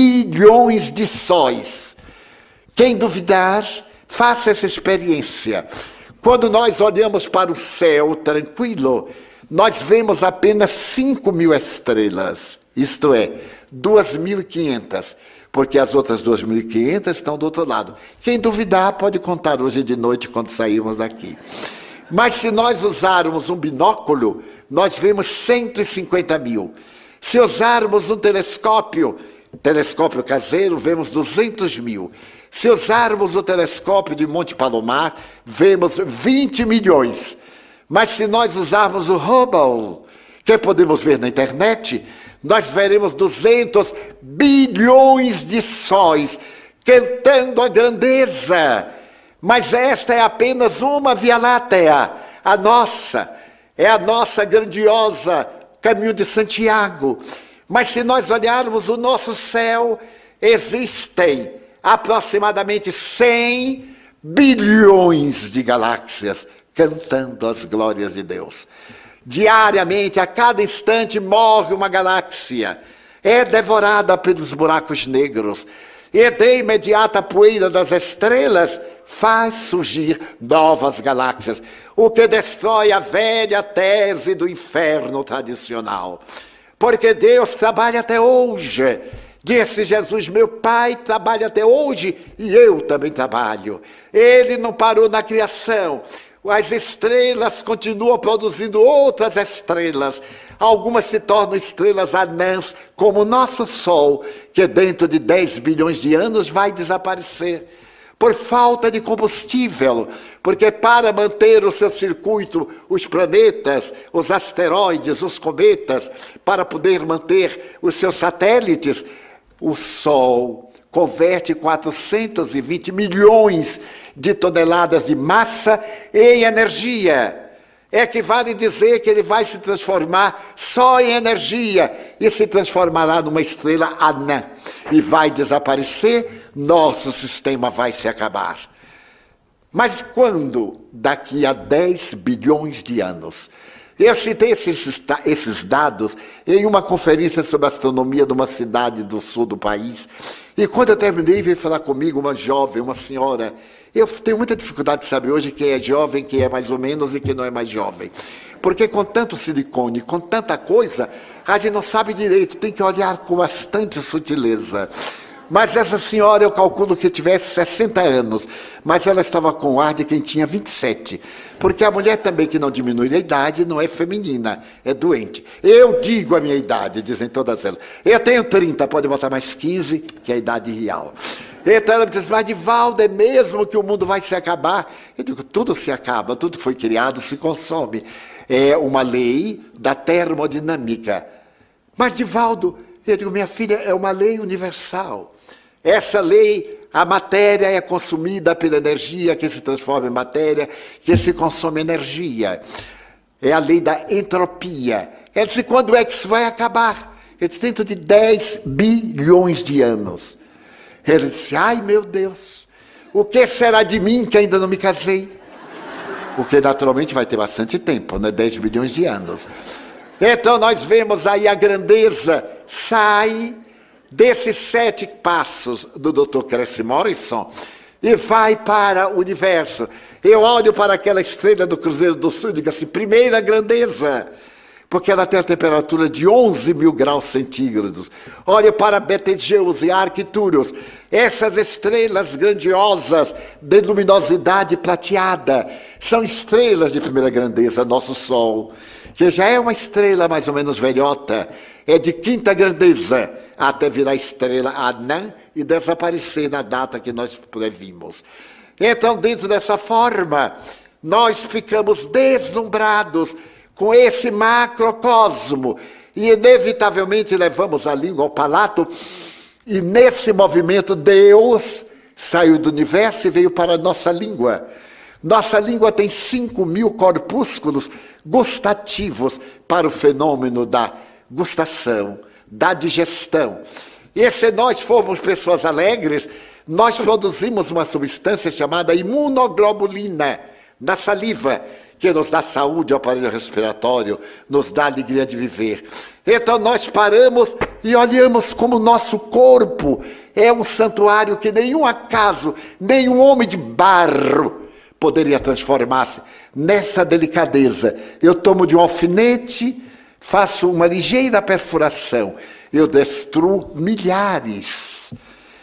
bilhões de sóis. Quem duvidar, faça essa experiência. Quando nós olhamos para o céu tranquilo, nós vemos apenas cinco mil estrelas, isto é, duas mil e quinhentas, porque as outras duas mil e quinhentas estão do outro lado. Quem duvidar pode contar hoje de noite quando sairmos daqui. Mas se nós usarmos um binóculo, nós vemos cento e cinquenta mil. Se usarmos um telescópio, telescópio caseiro, vemos duzentos mil. Se usarmos o telescópio de Monte Palomar, vemos vinte milhões. Mas se nós usarmos o Hubble, que podemos ver na internet, nós veremos duzentos bilhões de sóis cantando a grandeza. Mas esta é apenas uma Via Láctea, a nossa, é a nossa grandiosa Caminho de Santiago. Mas se nós olharmos o nosso céu, existem aproximadamente cem bilhões de galáxias cantando as glórias de Deus. Diariamente, a cada instante, morre uma galáxia, é devorada pelos buracos negros, e de imediato a poeira das estrelas faz surgir novas galáxias, o que destrói a velha tese do inferno tradicional. Porque Deus trabalha até hoje. Disse Jesus, meu Pai trabalha até hoje e eu também trabalho. Ele não parou na criação. As estrelas continuam produzindo outras estrelas. Algumas se tornam estrelas anãs, como o nosso Sol, que dentro de dez bilhões de anos vai desaparecer. por falta de combustível, porque para manter o seu circuito, os planetas, os asteroides, os cometas, para poder manter os seus satélites, o Sol converte quatrocentos e vinte milhões de toneladas de massa em energia. Equivale dizer que ele vai se transformar só em energia e se transformará numa estrela anã e vai desaparecer, nosso sistema vai se acabar. Mas quando, daqui a dez bilhões de anos, eu citei esses, esses dados em uma conferência sobre astronomia de uma cidade do sul do país, e quando eu terminei, veio falar comigo uma jovem, uma senhora. Eu tenho muita dificuldade de saber hoje quem é jovem, quem é mais ou menos e quem não é mais jovem. Porque com tanto silicone, com tanta coisa, a gente não sabe direito, tem que olhar com bastante sutileza. Mas essa senhora, eu calculo que tivesse sessenta anos, mas ela estava com o ar de quem tinha vinte e sete. Porque a mulher também que não diminui a idade não é feminina, é doente. Eu digo a minha idade, dizem todas elas. Eu tenho trinta, pode botar mais quinze, que é a idade real. Então ela me diz, mas Divaldo, é mesmo que o mundo vai se acabar? Eu digo, tudo se acaba, tudo que foi criado se consome. É uma lei da termodinâmica. Mas Divaldo, eu digo, minha filha, é uma lei universal. Essa lei, a matéria é consumida pela energia que se transforma em matéria, que se consome energia. É a lei da entropia. Ela disse, quando é que isso vai acabar? Eu disse, dentro de dez bilhões de anos. Ele disse, ai meu Deus, o que será de mim que ainda não me casei? Porque naturalmente vai ter bastante tempo, né? dez bilhões de anos. Então nós vemos aí a grandeza sai desses sete passos do doutor Cressy Morrison e vai para o universo. Eu olho para aquela estrela do Cruzeiro do Sul e digo assim, primeira grandeza, porque ela tem a temperatura de onze mil graus centígrados. Olho para Betelgeuse e Arcturus, essas estrelas grandiosas de luminosidade prateada, são estrelas de primeira grandeza. Nosso Sol, que já é uma estrela mais ou menos velhota, é de quinta grandeza, até virar estrela anã e desaparecer na data que nós previmos. Então, dentro dessa forma, nós ficamos deslumbrados com esse macrocosmo e inevitavelmente levamos a língua ao palato, e nesse movimento Deus saiu do universo e veio para a nossa língua. Nossa língua tem cinco mil corpúsculos gustativos para o fenômeno da gustação, da digestão. E se nós formos pessoas alegres, nós produzimos uma substância chamada imunoglobulina na saliva, que nos dá saúde ao aparelho respiratório, nos dá alegria de viver. Então nós paramos e olhamos como o nosso corpo é um santuário que nenhum acaso, nenhum homem de barro poderia transformar-se nessa delicadeza. Eu tomo de um alfinete, faço uma ligeira perfuração, eu destruo milhares,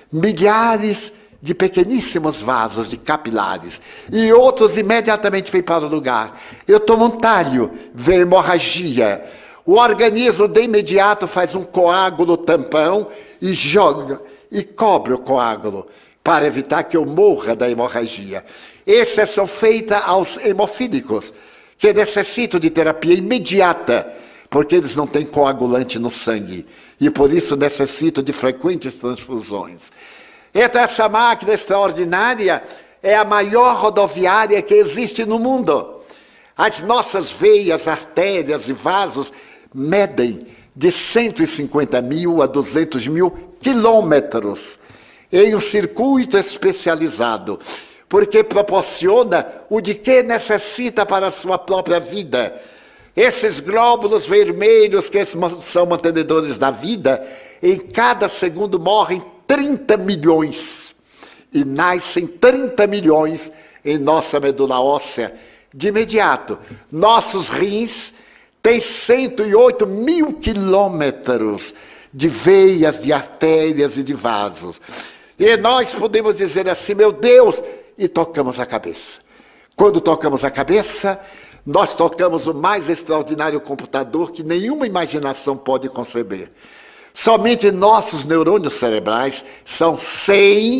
milhares de pequeníssimos vasos, de capilares, e outros imediatamente vêm para o lugar. Eu tomo um talho, vem hemorragia. O organismo de imediato faz um coágulo tampão e joga, e cobre o coágulo, para evitar que eu morra da hemorragia. Exceção feita aos hemofílicos, que necessitam de terapia imediata, porque eles não têm coagulante no sangue, e por isso necessitam de frequentes transfusões. Então essa máquina extraordinária é a maior rodoviária que existe no mundo. As nossas veias, artérias e vasos medem de cento e cinquenta mil a duzentos mil quilômetros em um circuito especializado, porque proporciona o de que necessita para a sua própria vida. Esses glóbulos vermelhos que são mantenedores da vida, em cada segundo morrem trinta milhões e nascem trinta milhões em nossa medula óssea de imediato. Nossos rins têm cento e oito mil quilômetros de veias, de artérias e de vasos. E nós podemos dizer assim, meu Deus, e tocamos a cabeça. Quando tocamos a cabeça, nós tocamos o mais extraordinário computador que nenhuma imaginação pode conceber. Somente nossos neurônios cerebrais são cem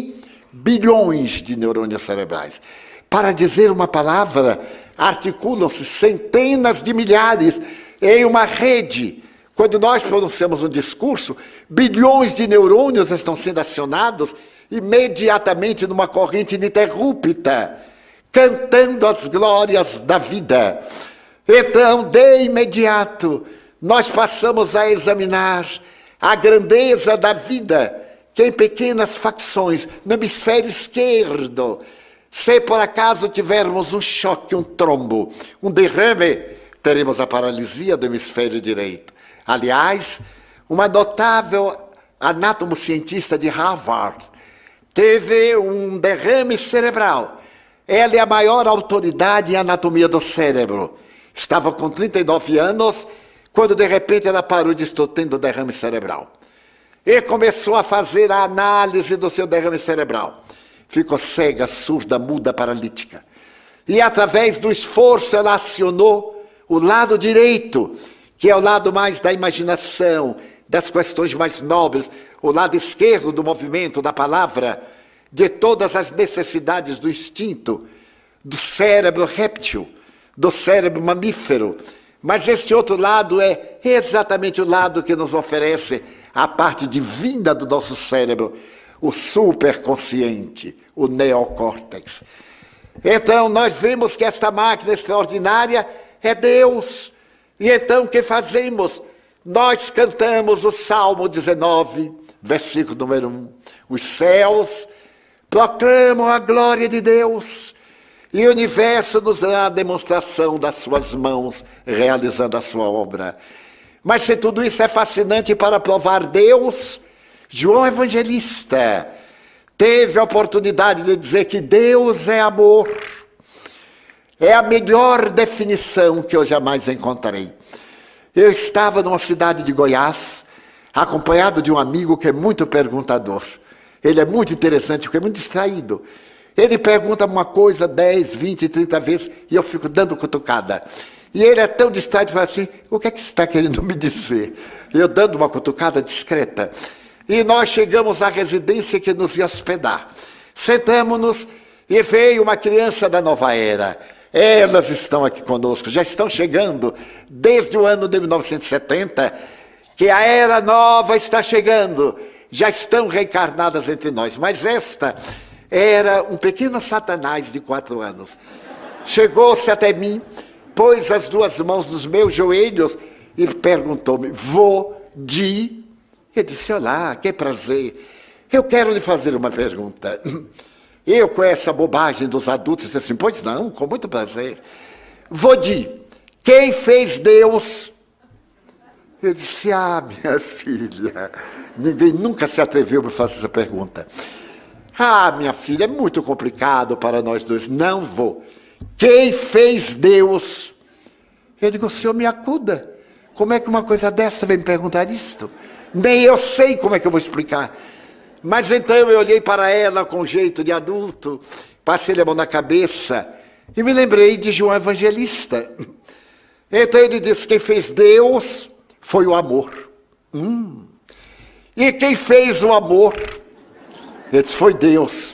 bilhões de neurônios cerebrais. Para dizer uma palavra, articulam-se centenas de milhares em uma rede. Quando nós pronunciamos um discurso, bilhões de neurônios estão sendo acionados imediatamente numa corrente ininterrupta, cantando as glórias da vida. Então, de imediato, nós passamos a examinar a grandeza da vida, que em pequenas facções, no hemisfério esquerdo, se por acaso tivermos um choque, um trombo, um derrame, teremos a paralisia do hemisfério direito. Aliás, uma notável anátomo-cientista de Harvard teve um derrame cerebral. Ela é a maior autoridade em anatomia do cérebro. Estava com trinta e nove anos, quando de repente ela parou de estar tendo derrame cerebral. E começou a fazer a análise do seu derrame cerebral. Ficou cega, surda, muda, paralítica. E através do esforço ela acionou o lado direito, que é o lado mais da imaginação, das questões mais nobres, o lado esquerdo do movimento, da palavra, de todas as necessidades do instinto, do cérebro réptil, do cérebro mamífero. Mas este outro lado é exatamente o lado que nos oferece a parte divina do nosso cérebro, o superconsciente, o neocórtex. Então nós vemos que esta máquina extraordinária é Deus. E então o que fazemos? Nós cantamos o Salmo dezenove, versículo número um. Os céus proclamam a glória de Deus, e o universo nos dá a demonstração das suas mãos, realizando a sua obra. Mas se tudo isso é fascinante para provar Deus, João Evangelista teve a oportunidade de dizer que Deus é amor. É a melhor definição que eu jamais encontrei. Eu estava numa cidade de Goiás, acompanhado de um amigo que é muito perguntador. Ele é muito interessante, porque é muito distraído. Ele pergunta uma coisa dez, vinte, trinta vezes e eu fico dando cutucada. E ele é tão distraído e fala assim, o que é que você está querendo me dizer? Eu dando uma cutucada discreta. E nós chegamos à residência que nos ia hospedar. Sentamos-nos e veio uma criança da nova era. Elas estão aqui conosco, já estão chegando desde o ano de mil novecentos e setenta, que a era nova está chegando. Já estão reencarnadas entre nós, mas esta era um pequeno satanás de quatro anos. Chegou-se até mim, pôs as duas mãos nos meus joelhos e perguntou-me, vou de... Eu disse, olá, que prazer. Eu quero lhe fazer uma pergunta. Eu, com essa bobagem dos adultos, disse assim, pois não, com muito prazer. Vou de, quem fez Deus? Eu disse, ah, minha filha, ninguém nunca se atreveu a fazer essa pergunta. Ah, minha filha, é muito complicado para nós dois. Não vou. Quem fez Deus? Eu digo, o senhor me acuda. Como é que uma coisa dessa vem me perguntar isto? Nem eu sei como é que eu vou explicar. Mas então eu olhei para ela com jeito de adulto, passei a mão na cabeça e me lembrei de João Evangelista. Então ele disse, quem fez Deus foi o amor. Hum. E quem fez o amor? Ele disse, foi Deus.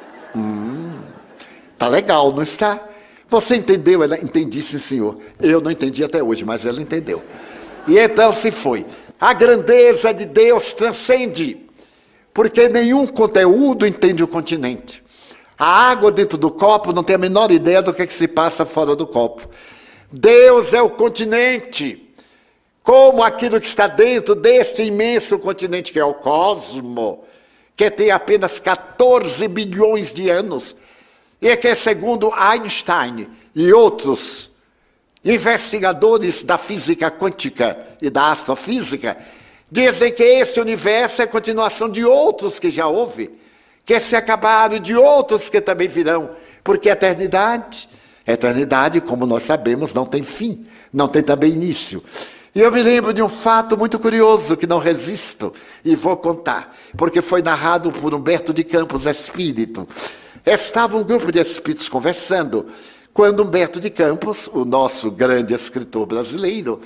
Hum. Tá legal, não está? Você entendeu? Ela, entendi, sim, senhor. Eu não entendi até hoje, mas ela entendeu. E então se foi. A grandeza de Deus transcende, porque nenhum conteúdo entende o continente. A água dentro do copo não tem a menor ideia do que, é que se passa fora do copo. Deus é o continente, como aquilo que está dentro desse imenso continente que é o cosmo, que tem apenas quatorze bilhões de anos, e que, segundo Einstein e outros investigadores da física quântica e da astrofísica, dizem que esse universo é continuação de outros que já houve, que se acabaram, e de outros que também virão, porque a eternidade, a eternidade, como nós sabemos, não tem fim, não tem também início. E eu me lembro de um fato muito curioso que não resisto e vou contar, porque foi narrado por Humberto de Campos, espírito. Estava um grupo de espíritos conversando, quando Humberto de Campos, o nosso grande escritor brasileiro,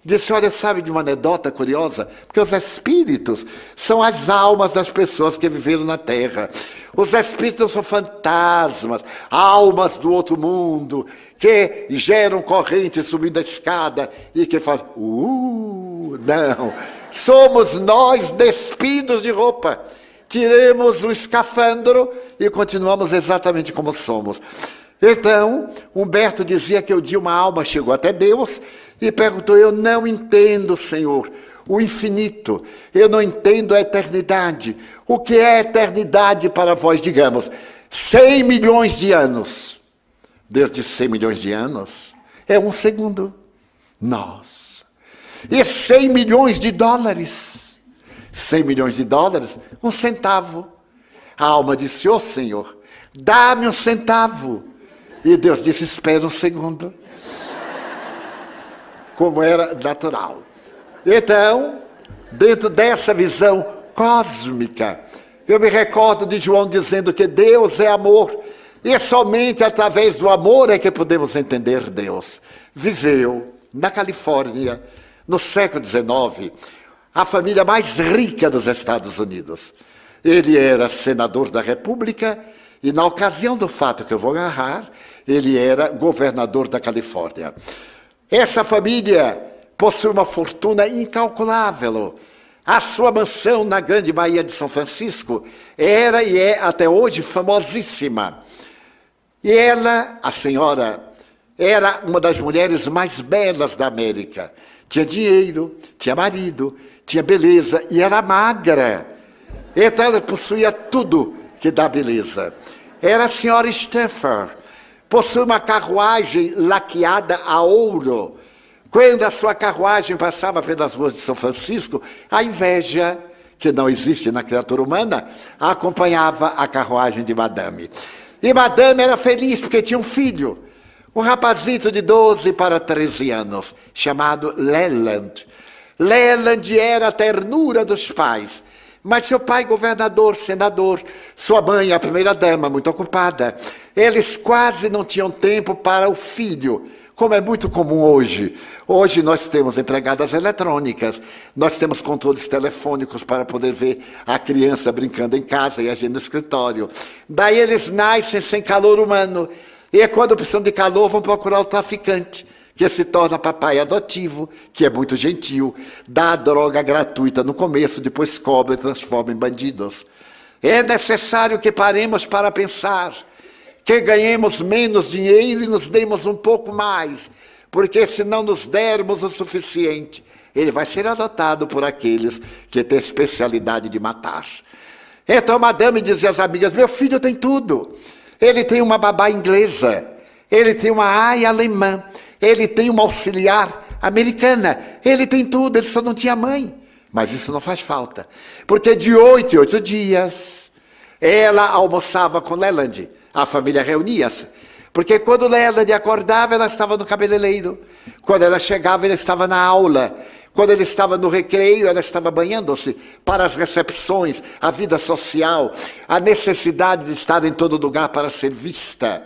Disse, olha, sabe de uma anedota curiosa? Porque os espíritos são as almas das pessoas que viveram na Terra. Os espíritos são fantasmas, almas do outro mundo, que geram corrente subindo a escada e que fazem, uh, não. Somos nós despidos de roupa. Tiremos o escafandro e continuamos exatamente como somos. Então, Humberto dizia que um dia uma alma chegou até Deus e perguntou, eu não entendo, Senhor, o infinito, eu não entendo a eternidade. O que é eternidade para vós? Digamos, cem milhões de anos. Deus disse, cem milhões de anos é um segundo. Nossa. E cem milhões de dólares. cem milhões de dólares, um centavo. A alma disse, ô Senhor, dá-me um centavo. E Deus disse, espera um segundo. Como era natural. Então, dentro dessa visão cósmica, eu me recordo de João dizendo que Deus é amor. E somente através do amor é que podemos entender Deus. Viveu na Califórnia, no século dezenove, a família mais rica dos Estados Unidos. Ele era senador da República e, na ocasião do fato que eu vou narrar, ele era governador da Califórnia. Essa família possui uma fortuna incalculável. A sua mansão na Grande Baía de São Francisco era e é até hoje famosíssima. E ela, a senhora, era uma das mulheres mais belas da América. Tinha dinheiro, tinha marido, tinha beleza e era magra. Então ela possuía tudo que dá beleza. Era a senhora Stafford. Possui uma carruagem laqueada a ouro. Quando a sua carruagem passava pelas ruas de São Francisco, a inveja, que não existe na criatura humana, acompanhava a carruagem de Madame. E Madame era feliz porque tinha um filho, um rapazito de doze para treze anos, chamado Leland. Leland era a ternura dos pais. Mas seu pai, governador, senador, sua mãe, a primeira-dama, muito ocupada, eles quase não tinham tempo para o filho, como é muito comum hoje. Hoje nós temos empregadas eletrônicas, nós temos controles telefônicos para poder ver a criança brincando em casa e a gente no escritório. Daí eles nascem sem calor humano, e quando precisam de calor vão procurar o traficante, que se torna papai adotivo, que é muito gentil, dá a droga gratuita no começo, depois cobra e transforma em bandidos. É necessário que paremos para pensar, que ganhemos menos dinheiro e nos demos um pouco mais, porque se não nos dermos o suficiente, ele vai ser adotado por aqueles que têm especialidade de matar. Então Madame dizia às amigas, meu filho tem tudo, ele tem uma babá inglesa, ele tem uma aia alemã, ele tem uma auxiliar americana, ele tem tudo, ele só não tinha mãe. Mas isso não faz falta, porque de oito em oito dias, ela almoçava com Leland, a família reunia-se. Porque quando Leland acordava, ela estava no cabeleireiro. Quando ela chegava, ele estava na aula. Quando ele estava no recreio, ela estava banhando-se para as recepções, a vida social, a necessidade de estar em todo lugar para ser vista.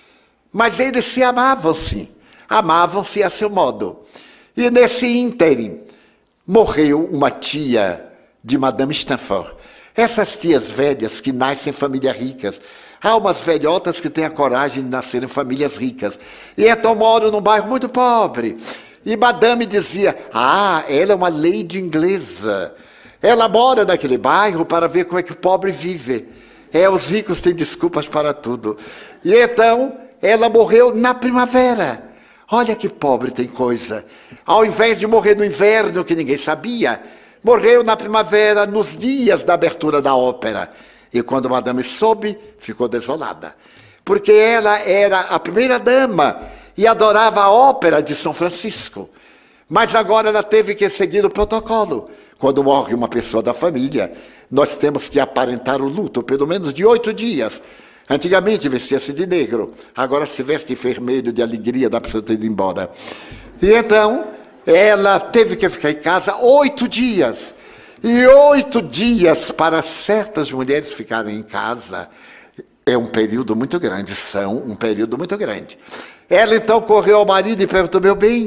Mas eles se amavam-se. Amavam-se a seu modo. E nesse ínterim, morreu uma tia de Madame Stafford. Essas tias velhas que nascem em famílias ricas. Há umas velhotas que têm a coragem de nascer em famílias ricas. E então moram num bairro muito pobre. E Madame dizia, ah, ela é uma lady inglesa. Ela mora naquele bairro para ver como é que o pobre vive. É, os ricos têm desculpas para tudo. E então, ela morreu na primavera. Olha que pobre tem coisa. Ao invés de morrer no inverno, que ninguém sabia, morreu na primavera, nos dias da abertura da ópera. E quando Madame soube, ficou desolada. Porque ela era a primeira dama e adorava a ópera de São Francisco. Mas agora ela teve que seguir o protocolo. Quando morre uma pessoa da família, nós temos que aparentar o luto, pelo menos de oito dias. Antigamente vestia-se de negro, agora se veste de vermelho, de alegria, dá para você ter ido embora. E então, ela teve que ficar em casa oito dias. E oito dias para certas mulheres ficarem em casa é um período muito grande, são um período muito grande. Ela então correu ao marido e perguntou, meu bem,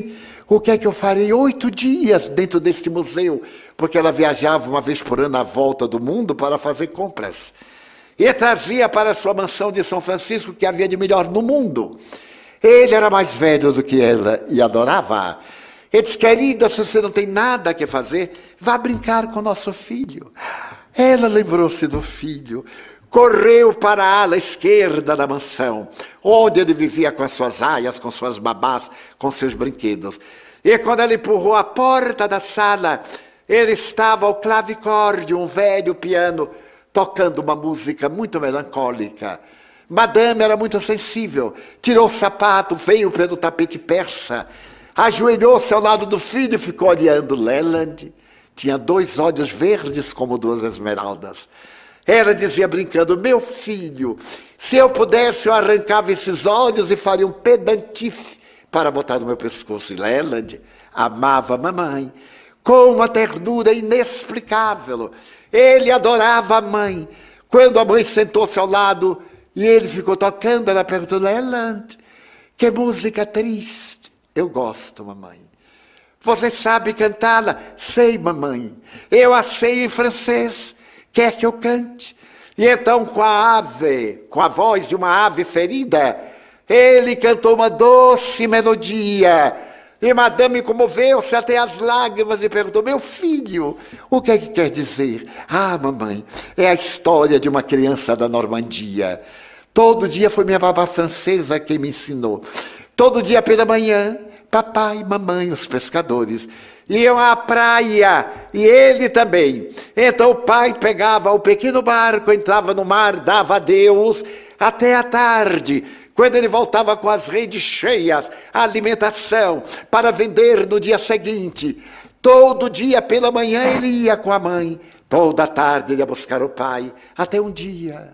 O que é que eu farei oito dias dentro deste museu? Porque ela viajava uma vez por ano à volta do mundo para fazer compras. E trazia para sua mansão de São Francisco o que havia de melhor no mundo. Ele era mais velho do que ela e adorava. Ele disse, querida, se você não tem nada que fazer, vá brincar com nosso filho. Ela lembrou-se do filho, correu para a ala esquerda da mansão, onde ele vivia com as suas aias, com suas babás, com seus brinquedos. E quando ela empurrou a porta da sala, ele estava ao clavicorde, um velho piano, tocando uma música muito melancólica. Madame era muito sensível, tirou o sapato, veio pelo tapete persa, ajoelhou-se ao lado do filho e ficou olhando. Leland tinha dois olhos verdes como duas esmeraldas. Ela dizia brincando, meu filho, se eu pudesse eu arrancava esses olhos e faria um pedantife para botar no meu pescoço. E Leland amava a mamãe com uma ternura inexplicável. Ele adorava a mãe. Quando a mãe sentou-se ao lado e ele ficou tocando, ela perguntou, Leland, que música triste. Eu gosto, mamãe. Você sabe cantá-la? Sei, mamãe. Eu a sei em francês. Quer que eu cante? E então, com a ave, com a voz de uma ave ferida, ele cantou uma doce melodia. E Madame comoveu-se até as lágrimas e perguntou, meu filho, o que é que quer dizer? Ah, mamãe, é a história de uma criança da Normandia. Todo dia foi minha babá francesa quem me ensinou. Todo dia pela manhã, papai, mamãe, os pescadores iam à praia, e ele também. Então o pai pegava o pequeno barco, entrava no mar, dava adeus, até a tarde, quando ele voltava com as redes cheias, a alimentação, para vender no dia seguinte. Todo dia pela manhã ele ia com a mãe, toda a tarde ele ia buscar o pai, até um dia.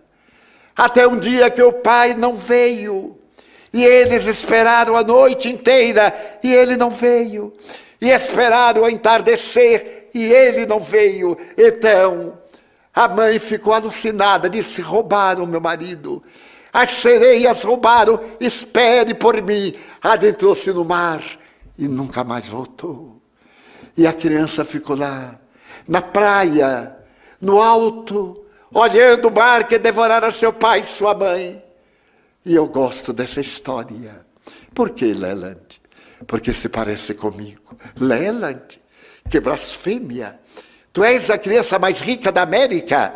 Até um dia que o pai não veio. E eles esperaram a noite inteira, e ele não veio. E esperaram o entardecer, e ele não veio. Então, a mãe ficou alucinada, disse, roubaram meu marido. As sereias roubaram, espere por mim. Adentrou-se no mar e nunca mais voltou. E a criança ficou lá, na praia, no alto, olhando o mar que devorara seu pai e sua mãe. E eu gosto dessa história. Por que, Leland? Porque se parece comigo. Leland, que blasfêmia. Tu és a criança mais rica da América.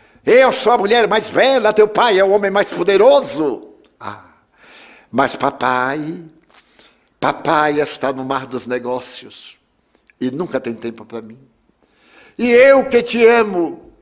Eu sou a mulher mais bela, teu pai é o homem mais poderoso. Ah, mas papai, papai está no mar dos negócios e nunca tem tempo para mim. E eu que te amo,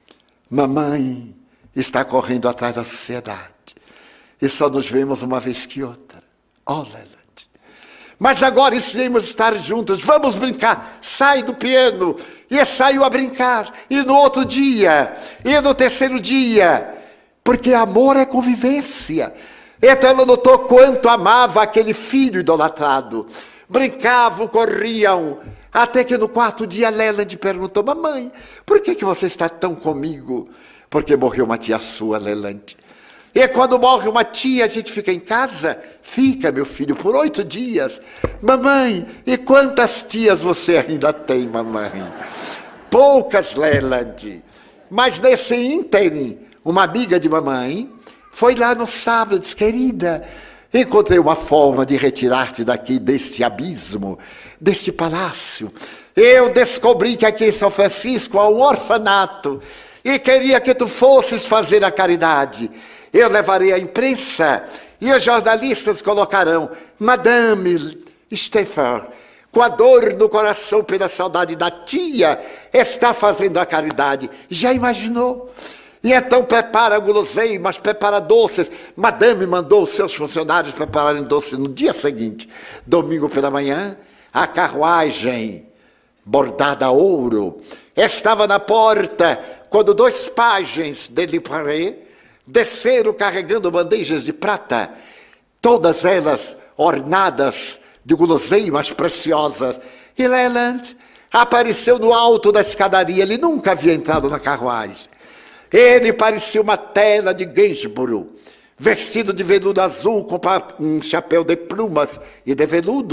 mamãe está correndo atrás da sociedade. E só nos vemos uma vez que outra. Oh, Leland. Mas agora iremos estar juntos, vamos brincar. Sai do piano. E saiu a brincar. E no outro dia, e no terceiro dia. Porque amor é convivência. Então ela notou quanto amava aquele filho idolatrado. Brincavam, corriam. Até que no quarto dia, Leland perguntou, mamãe, por que, que você está tão comigo? Porque morreu uma tia sua, Leland. E quando morre uma tia, a gente fica em casa? Fica, meu filho, por oito dias. Mamãe, e quantas tias você ainda tem, mamãe? Poucas, Leland. Mas nesse ínterim, uma amiga de mamãe foi lá no sábado e disse, querida, encontrei uma forma de retirar-te daqui, deste abismo, deste palácio. Eu descobri que aqui em São Francisco há um orfanato e queria que tu fosses fazer a caridade. Eu levarei a imprensa e os jornalistas colocarão Madame Stephan, com a dor no coração pela saudade da tia, está fazendo a caridade. Já imaginou? E então prepara guloseimas, prepara doces. Madame mandou os seus funcionários prepararem doces no dia seguinte. Domingo pela manhã, a carruagem bordada a ouro estava na porta, quando dois pajens de Liparé desceram carregando bandejas de prata, todas elas ornadas de guloseimas preciosas. E Leland apareceu no alto da escadaria, ele nunca havia entrado na carruagem. Ele parecia uma tela de Gainsborough, vestido de veludo azul, com um chapéu de plumas e de veludo,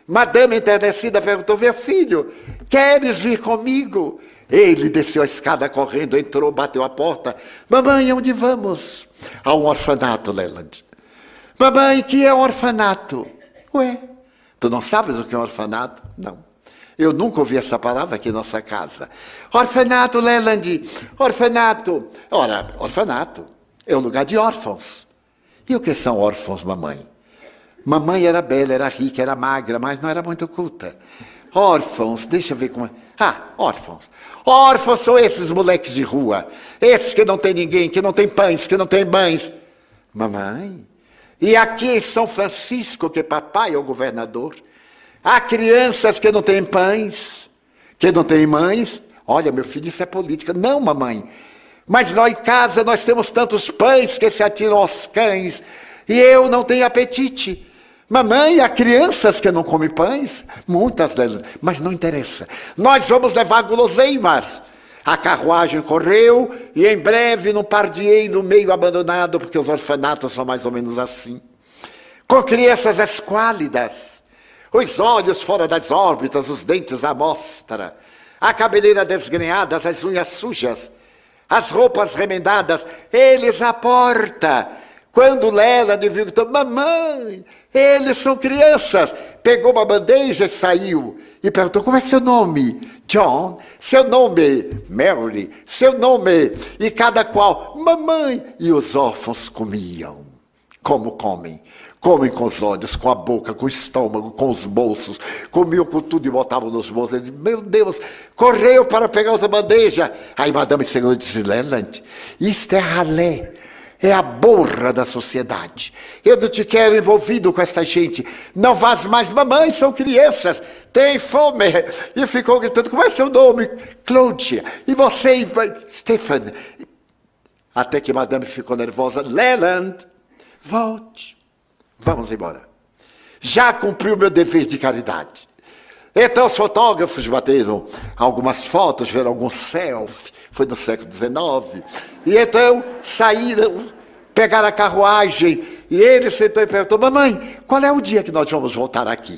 Madame enternecida perguntou, meu filho, queres vir comigo? Ele desceu a escada correndo, entrou, bateu a porta. Mamãe, onde vamos? A um orfanato, Leland. Mamãe, que é orfanato? Ué, tu não sabes o que é orfanato? Não. Eu nunca ouvi essa palavra aqui em nossa casa. Orfanato, Leland, orfanato. Ora, orfanato é um lugar de órfãos. E o que são órfãos, mamãe? Mamãe era bela, era rica, era magra, mas não era muito culta. Órfãos, deixa eu ver como é. Ah, órfãos. Órfãos são esses moleques de rua. Esses que não tem ninguém, que não tem pães, que não tem mães. Mamãe, e aqui em São Francisco, que papai é o governador, há crianças que não têm pães, que não têm mães. Olha, meu filho, isso é política. Não, mamãe. Mas lá em casa nós temos tantos pães que se atiram aos cães. E eu não tenho apetite. Mamãe, há crianças que não comem pães. Muitas delas. Mas não interessa. Nós vamos levar guloseimas. A carruagem correu e em breve num pardieiro meio abandonado, porque os orfanatos são mais ou menos assim. Com crianças esquálidas. Os olhos fora das órbitas, os dentes à mostra. A cabeleira desgrenhada, as unhas sujas. As roupas remendadas, eles à porta. Quando Lela viu, mamãe, eles são crianças. Pegou uma bandeja e saiu. E perguntou, como é seu nome? John. Seu nome? Mary. Seu nome? E cada qual, mamãe. E os órfãos comiam. Como comem? Comem com os olhos, com a boca, com o estômago, com os bolsos. Comiam com tudo e botavam nos bolsos. Ele disse, meu Deus, correu para pegar outra bandeja. Aí Madame Segura disse, Leland, isto é ralé. É a borra da sociedade. Eu não te quero envolvido com essa gente. Não vás mais, mamãe, são crianças. Tem fome. E ficou gritando, como é seu nome? Cláudia. E você, Stephen. Até que Madame ficou nervosa. Leland, volte. Vamos embora. Já cumpri o meu dever de caridade. Então os fotógrafos bateram algumas fotos, viram alguns selfies. Foi no século dezenove. E então saíram, pegaram a carruagem. E ele sentou e perguntou, mamãe, qual é o dia que nós vamos voltar aqui?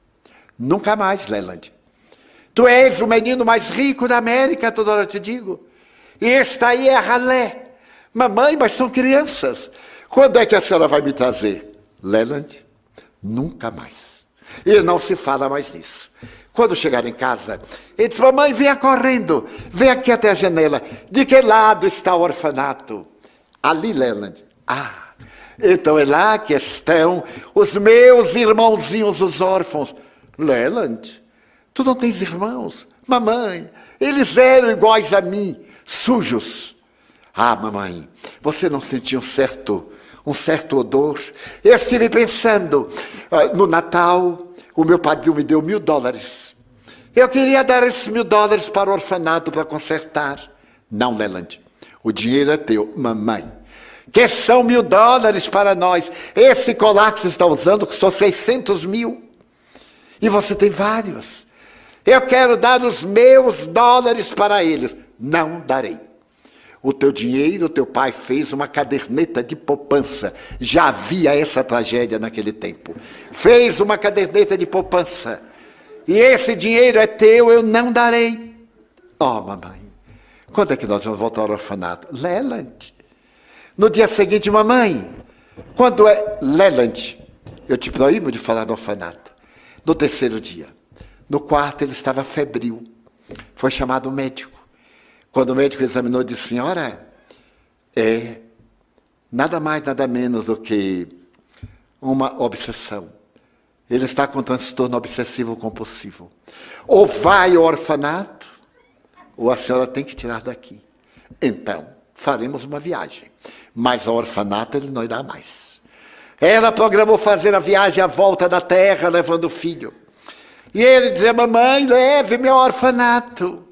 Nunca mais, Leland. Tu és o menino mais rico da América, toda hora eu te digo. E este aí é ralé. Mamãe, mas são crianças. Quando é que a senhora vai me trazer? Leland, nunca mais. E não se fala mais nisso. Quando chegar em casa, ele disse, mamãe, venha correndo, vem aqui até a janela. De que lado está o orfanato? Ali, Leland. Ah, então é lá que estão os meus irmãozinhos, os órfãos. Leland, tu não tens irmãos? Mamãe, eles eram iguais a mim, sujos. Ah, mamãe, você não sentia um certo... um certo odor. Eu estive pensando, uh, no Natal, o meu padrinho me deu mil dólares. Eu queria dar esses mil dólares para o orfanato para consertar. Não, Leland, o dinheiro é teu, mamãe. Que são mil dólares para nós? Esse colar que você está usando custou seiscentos mil. E você tem vários. Eu quero dar os meus dólares para eles. Não darei. O teu dinheiro, o teu pai fez uma caderneta de poupança. Já havia essa tragédia naquele tempo. Fez uma caderneta de poupança. E esse dinheiro é teu, eu não darei. Oh, mamãe, quando é que nós vamos voltar ao orfanato? Leland. No dia seguinte, mamãe, quando é... Leland, eu te proíbo de falar do orfanato. No terceiro dia, no quarto ele estava febril. Foi chamado o médico. Quando o médico examinou, disse, senhora, é nada mais, nada menos do que uma obsessão. Ele está com transtorno obsessivo compulsivo. Ou vai ao orfanato, ou a senhora tem que tirar daqui. Então, faremos uma viagem. Mas ao orfanato ele não irá mais. Ela programou fazer a viagem à volta da terra, levando o filho. E ele dizia, mamãe, leve-me ao orfanato.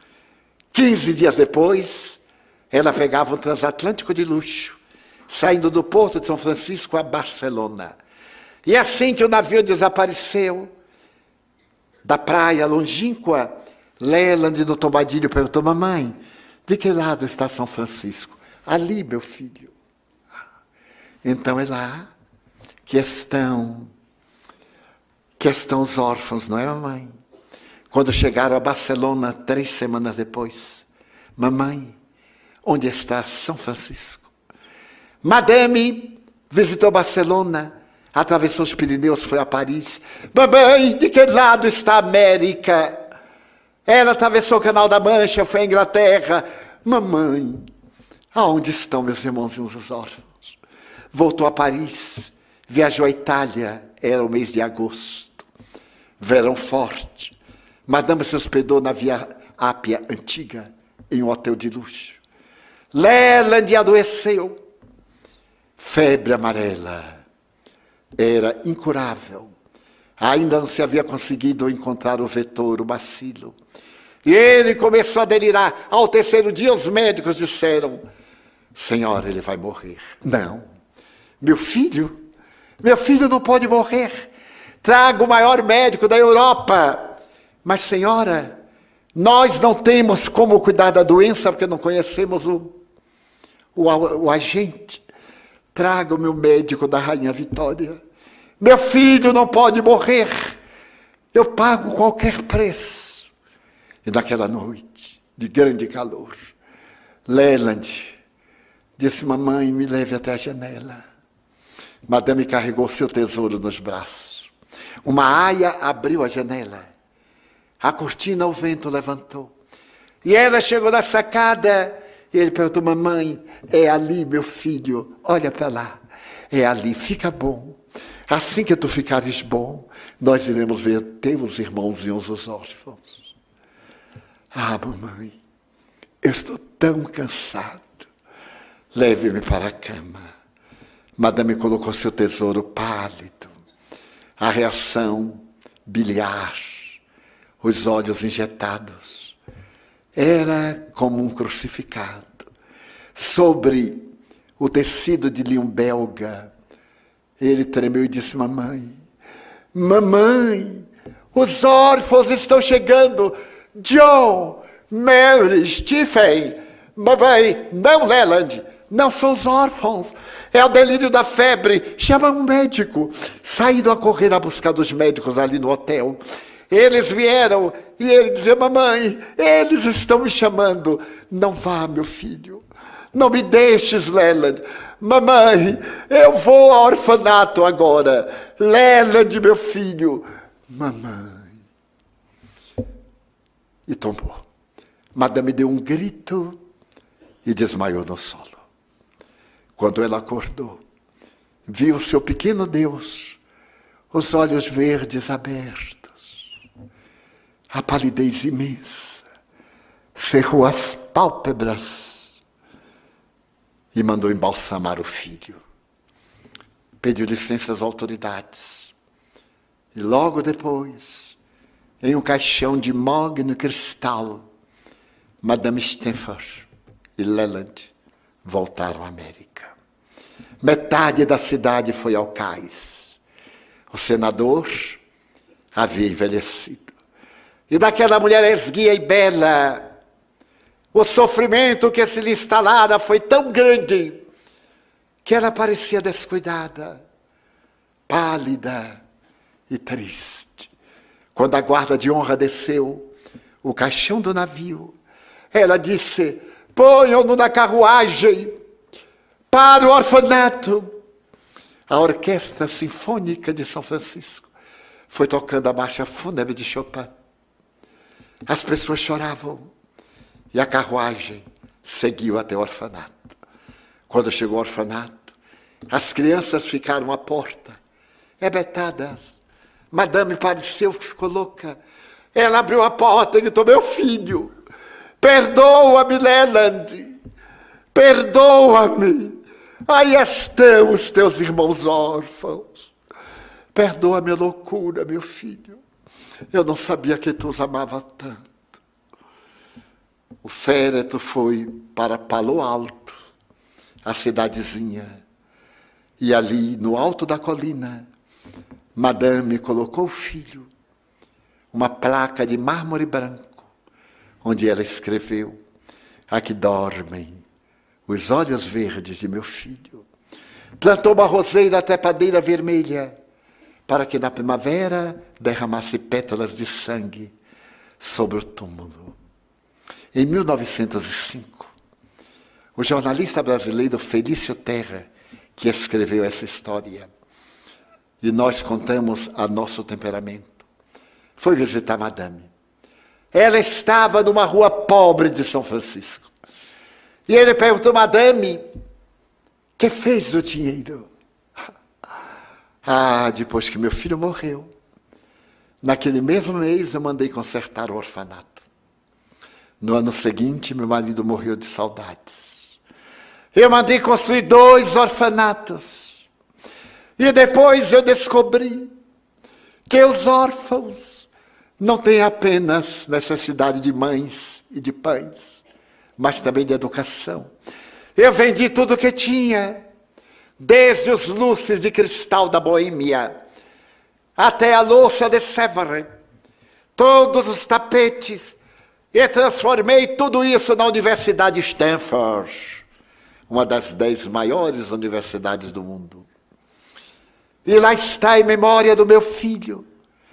Quinze dias depois, ela pegava um transatlântico de luxo, saindo do porto de São Francisco a Barcelona. E assim que o navio desapareceu da praia longínqua, Leland no tombadilho perguntou, mamãe, de que lado está São Francisco? Ali, meu filho. Então é lá que estão que estão os órfãos, não é, mamãe? Quando chegaram a Barcelona, três semanas depois, mamãe, onde está São Francisco? Madame visitou Barcelona, atravessou os Pirineus, foi a Paris. Mamãe, de que lado está a América? Ela atravessou o Canal da Mancha, foi à Inglaterra. Mamãe, aonde estão meus irmãozinhos os órfãos? Voltou a Paris, viajou à Itália, era o mês de agosto, verão forte. Madame se hospedou na Via Ápia Antiga, em um hotel de luxo. Leland adoeceu. Febre amarela. Era incurável. Ainda não se havia conseguido encontrar o vetor, o bacilo. E ele começou a delirar. Ao terceiro dia, os médicos disseram: senhora, ele vai morrer. Não. Meu filho, meu filho não pode morrer. Traga o maior médico da Europa. Mas, senhora, nós não temos como cuidar da doença porque não conhecemos o, o, o agente. Traga o meu médico da Rainha Vitória. Meu filho não pode morrer. Eu pago qualquer preço. E naquela noite de grande calor, Leland disse: mamãe, me leve até a janela. Madame carregou seu tesouro nos braços. Uma aia abriu a janela. A cortina, o vento levantou. E ela chegou na sacada. E ele perguntou: mamãe, é ali, meu filho? Olha para lá. É ali, fica bom. Assim que tu ficares bom, nós iremos ver teus irmãozinhos os órfãos. Ah, mamãe, eu estou tão cansado. Leve-me para a cama. Madame colocou seu tesouro pálido. A reação biliar. Os olhos injetados. Era como um crucificado. Sobre o tecido de linho belga, ele tremeu e disse: mamãe, mamãe, os órfãos estão chegando. John, Mary, Stephen. Mamãe, não, Leland, não são os órfãos. É o delírio da febre. Chama um médico. Saíram a correr a buscar dos médicos ali no hotel. Eles vieram e ele dizia: mamãe, eles estão me chamando. Não vá, meu filho. Não me deixes, Leland. Mamãe, eu vou ao orfanato agora. Leland, meu filho. Mamãe. E tombou. Madame deu um grito e desmaiou no solo. Quando ela acordou, viu seu pequeno Deus, os olhos verdes abertos, a palidez imensa, cerrou as pálpebras e mandou embalsamar o filho. Pediu licença às autoridades. E logo depois, em um caixão de mogno cristal, Madame Stanford e Leland voltaram à América. Metade da cidade foi ao cais. O senador havia envelhecido. E daquela mulher esguia e bela, o sofrimento que se lhe instalara foi tão grande que ela parecia descuidada, pálida e triste. Quando a guarda de honra desceu o caixão do navio, ela disse: ponham-no na carruagem para o orfanato. A Orquestra Sinfônica de São Francisco foi tocando a marcha fúnebre de Chopin. As pessoas choravam e a carruagem seguiu até o orfanato. Quando chegou ao orfanato, as crianças ficaram à porta, hebetadas. Madame pareceu que ficou louca. Ela abriu a porta e gritou: meu filho, perdoa-me, Leland, perdoa-me. Aí estão os teus irmãos órfãos. Perdoa a minha loucura, meu filho. Eu não sabia que tu os amava tanto. O féretro foi para Palo Alto, a cidadezinha. E ali, no alto da colina, Madame colocou o filho, uma placa de mármore branco, onde ela escreveu: aqui dormem os olhos verdes de meu filho. Plantou uma roseira trepadeira vermelha, para que na primavera derramasse pétalas de sangue sobre o túmulo. Em mil novecentos e cinco, o jornalista brasileiro Felício Terra, que escreveu essa história, e nós contamos a nosso temperamento, foi visitar Madame. Ela estava numa rua pobre de São Francisco. E ele perguntou: Madame, que fez do dinheiro? Ah, depois que meu filho morreu, naquele mesmo mês eu mandei consertar o orfanato. No ano seguinte, meu marido morreu de saudades. Eu mandei construir dois orfanatos. E depois eu descobri que os órfãos não têm apenas necessidade de mães e de pães, mas também de educação. Eu vendi tudo o que tinha, desde os lustres de cristal da Boêmia, até a louça de Sèvres, todos os tapetes, e transformei tudo isso na Universidade Stanford, uma das dez maiores universidades do mundo. E lá está em memória do meu filho.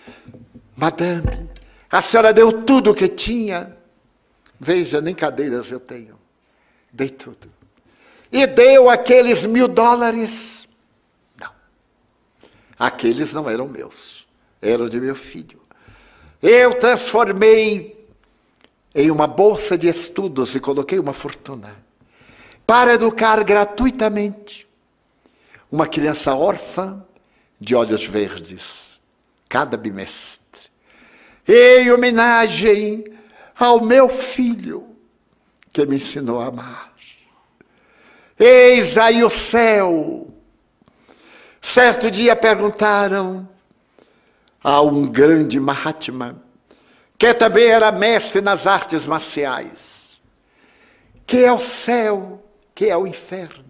Madame, a senhora deu tudo o que tinha. Veja, nem cadeiras eu tenho. Dei tudo. E deu aqueles mil dólares. Não. Aqueles não eram meus. Eram de meu filho. Eu transformei em uma bolsa de estudos e coloquei uma fortuna para educar gratuitamente uma criança órfã de olhos verdes, cada bimestre. Em homenagem ao meu filho, que me ensinou a amar. Eis aí o céu. Certo dia perguntaram a um grande Mahatma, que também era mestre nas artes marciais, que é o céu, que é o inferno.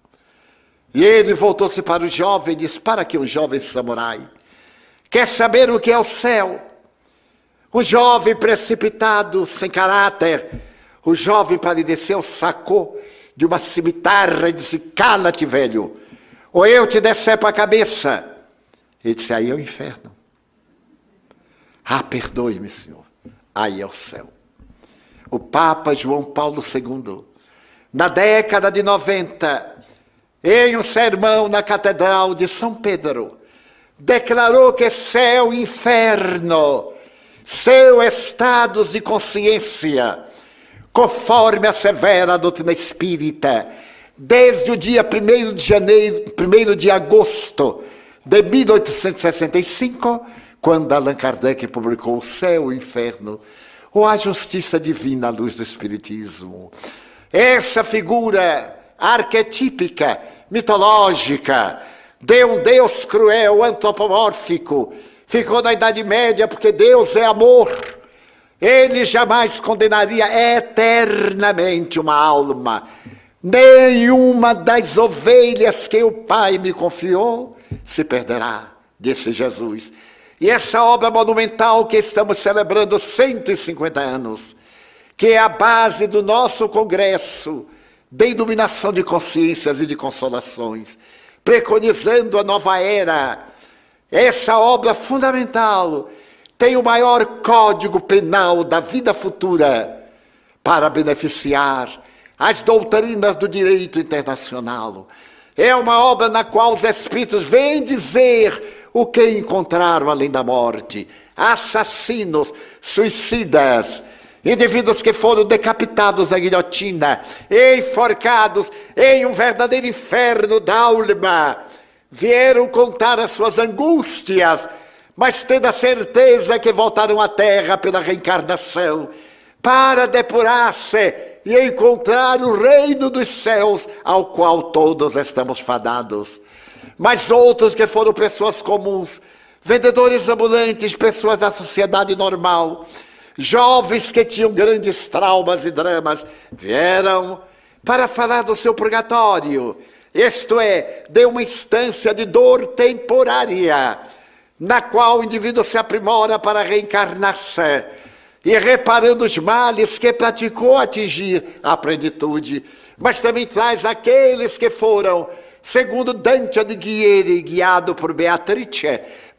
E ele voltou-se para o jovem e disse: para que um jovem samurai quer saber o que é o céu? Um jovem precipitado, sem caráter, o jovem palideceu, sacou de uma cimitarra e disse: cala-te, velho, ou eu te decepo a cabeça. Ele disse: aí é o inferno. Ah, perdoe-me, senhor. Aí é o céu. O Papa João Paulo segundo, na década de noventa, em um sermão na Catedral de São Pedro, declarou que céu e inferno são estados de consciência, conforme assevera a doutrina espírita, desde o dia primeiro de janeiro, primeiro de agosto de mil oitocentos e sessenta e cinco, quando Allan Kardec publicou O Céu e o Inferno, ou A Justiça Divina à Luz do Espiritismo. Essa figura arquetípica, mitológica, de um Deus cruel, antropomórfico, ficou na Idade Média porque Deus é amor. Ele jamais condenaria eternamente uma alma. Nenhuma das ovelhas que o Pai me confiou se perderá, disse Jesus. E essa obra monumental que estamos celebrando cento e cinquenta anos, que é a base do nosso congresso de iluminação de consciências e de consolações, preconizando a nova era. Essa obra fundamental tem o maior código penal da vida futura para beneficiar as doutrinas do direito internacional. É uma obra na qual os espíritos vêm dizer o que encontraram além da morte. Assassinos, suicidas, indivíduos que foram decapitados na guilhotina, enforcados em um verdadeiro inferno da alma, vieram contar as suas angústias, mas tendo a certeza que voltaram à terra pela reencarnação, para depurar-se e encontrar o reino dos céus, ao qual todos estamos fadados. Mas outros que foram pessoas comuns, vendedores ambulantes, pessoas da sociedade normal, jovens que tinham grandes traumas e dramas, vieram para falar do seu purgatório, isto é, de uma instância de dor temporária, na qual o indivíduo se aprimora para reencarnar-se, e reparando os males que praticou atingir a plenitude, mas também traz aqueles que foram, segundo Dante Alighieri, guiado por Beatrice,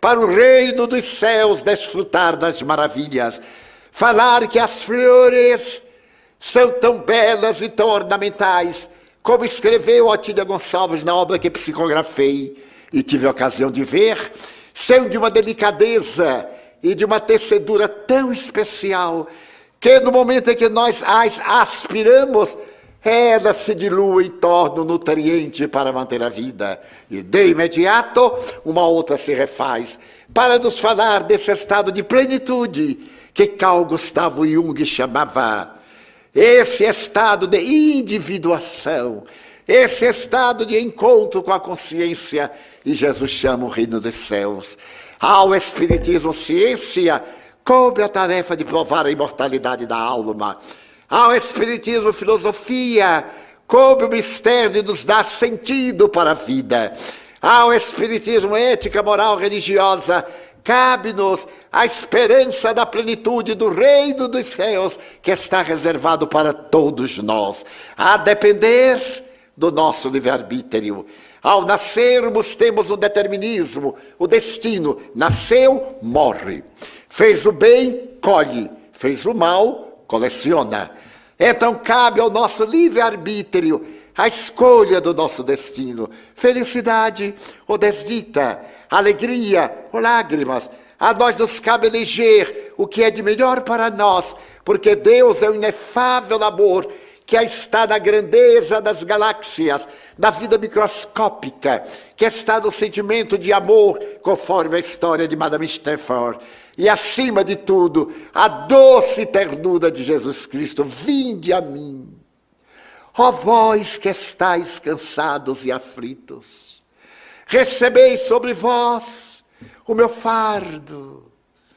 para o reino dos céus desfrutar das maravilhas. Falar que as flores são tão belas e tão ornamentais, como escreveu Otília Gonçalves na obra que psicografei e tive a ocasião de ver, são de uma delicadeza e de uma tecedura tão especial, que no momento em que nós as aspiramos, elas se diluem e tornam nutriente para manter a vida. E de imediato, uma outra se refaz, para nos falar desse estado de plenitude que Carl Gustavo Jung chamava. Esse estado de individuação, esse estado de encontro com a consciência, e Jesus chama o reino dos céus. Ao Espiritismo ciência, coube a tarefa de provar a imortalidade da alma. Ao Espiritismo filosofia, coube o mistério de nos dar sentido para a vida. Ao Espiritismo ética, moral, religiosa, cabe-nos a esperança da plenitude do reino dos céus, que está reservado para todos nós, a depender do nosso livre-arbítrio. Ao nascermos, temos um determinismo, o destino. Nasceu, morre. Fez o bem, colhe. Fez o mal, coleciona. Então cabe ao nosso livre-arbítrio a escolha do nosso destino. Felicidade ou desdita, alegria ou lágrimas. A nós nos cabe eleger o que é de melhor para nós, porque Deus é o inefável amor que está na grandeza das galáxias, na vida microscópica, que está no sentimento de amor, conforme a história de Madame Stafford. E, acima de tudo, a doce ternura de Jesus Cristo. Vinde a mim, ó vós que estáis cansados e aflitos, recebei sobre vós o meu fardo,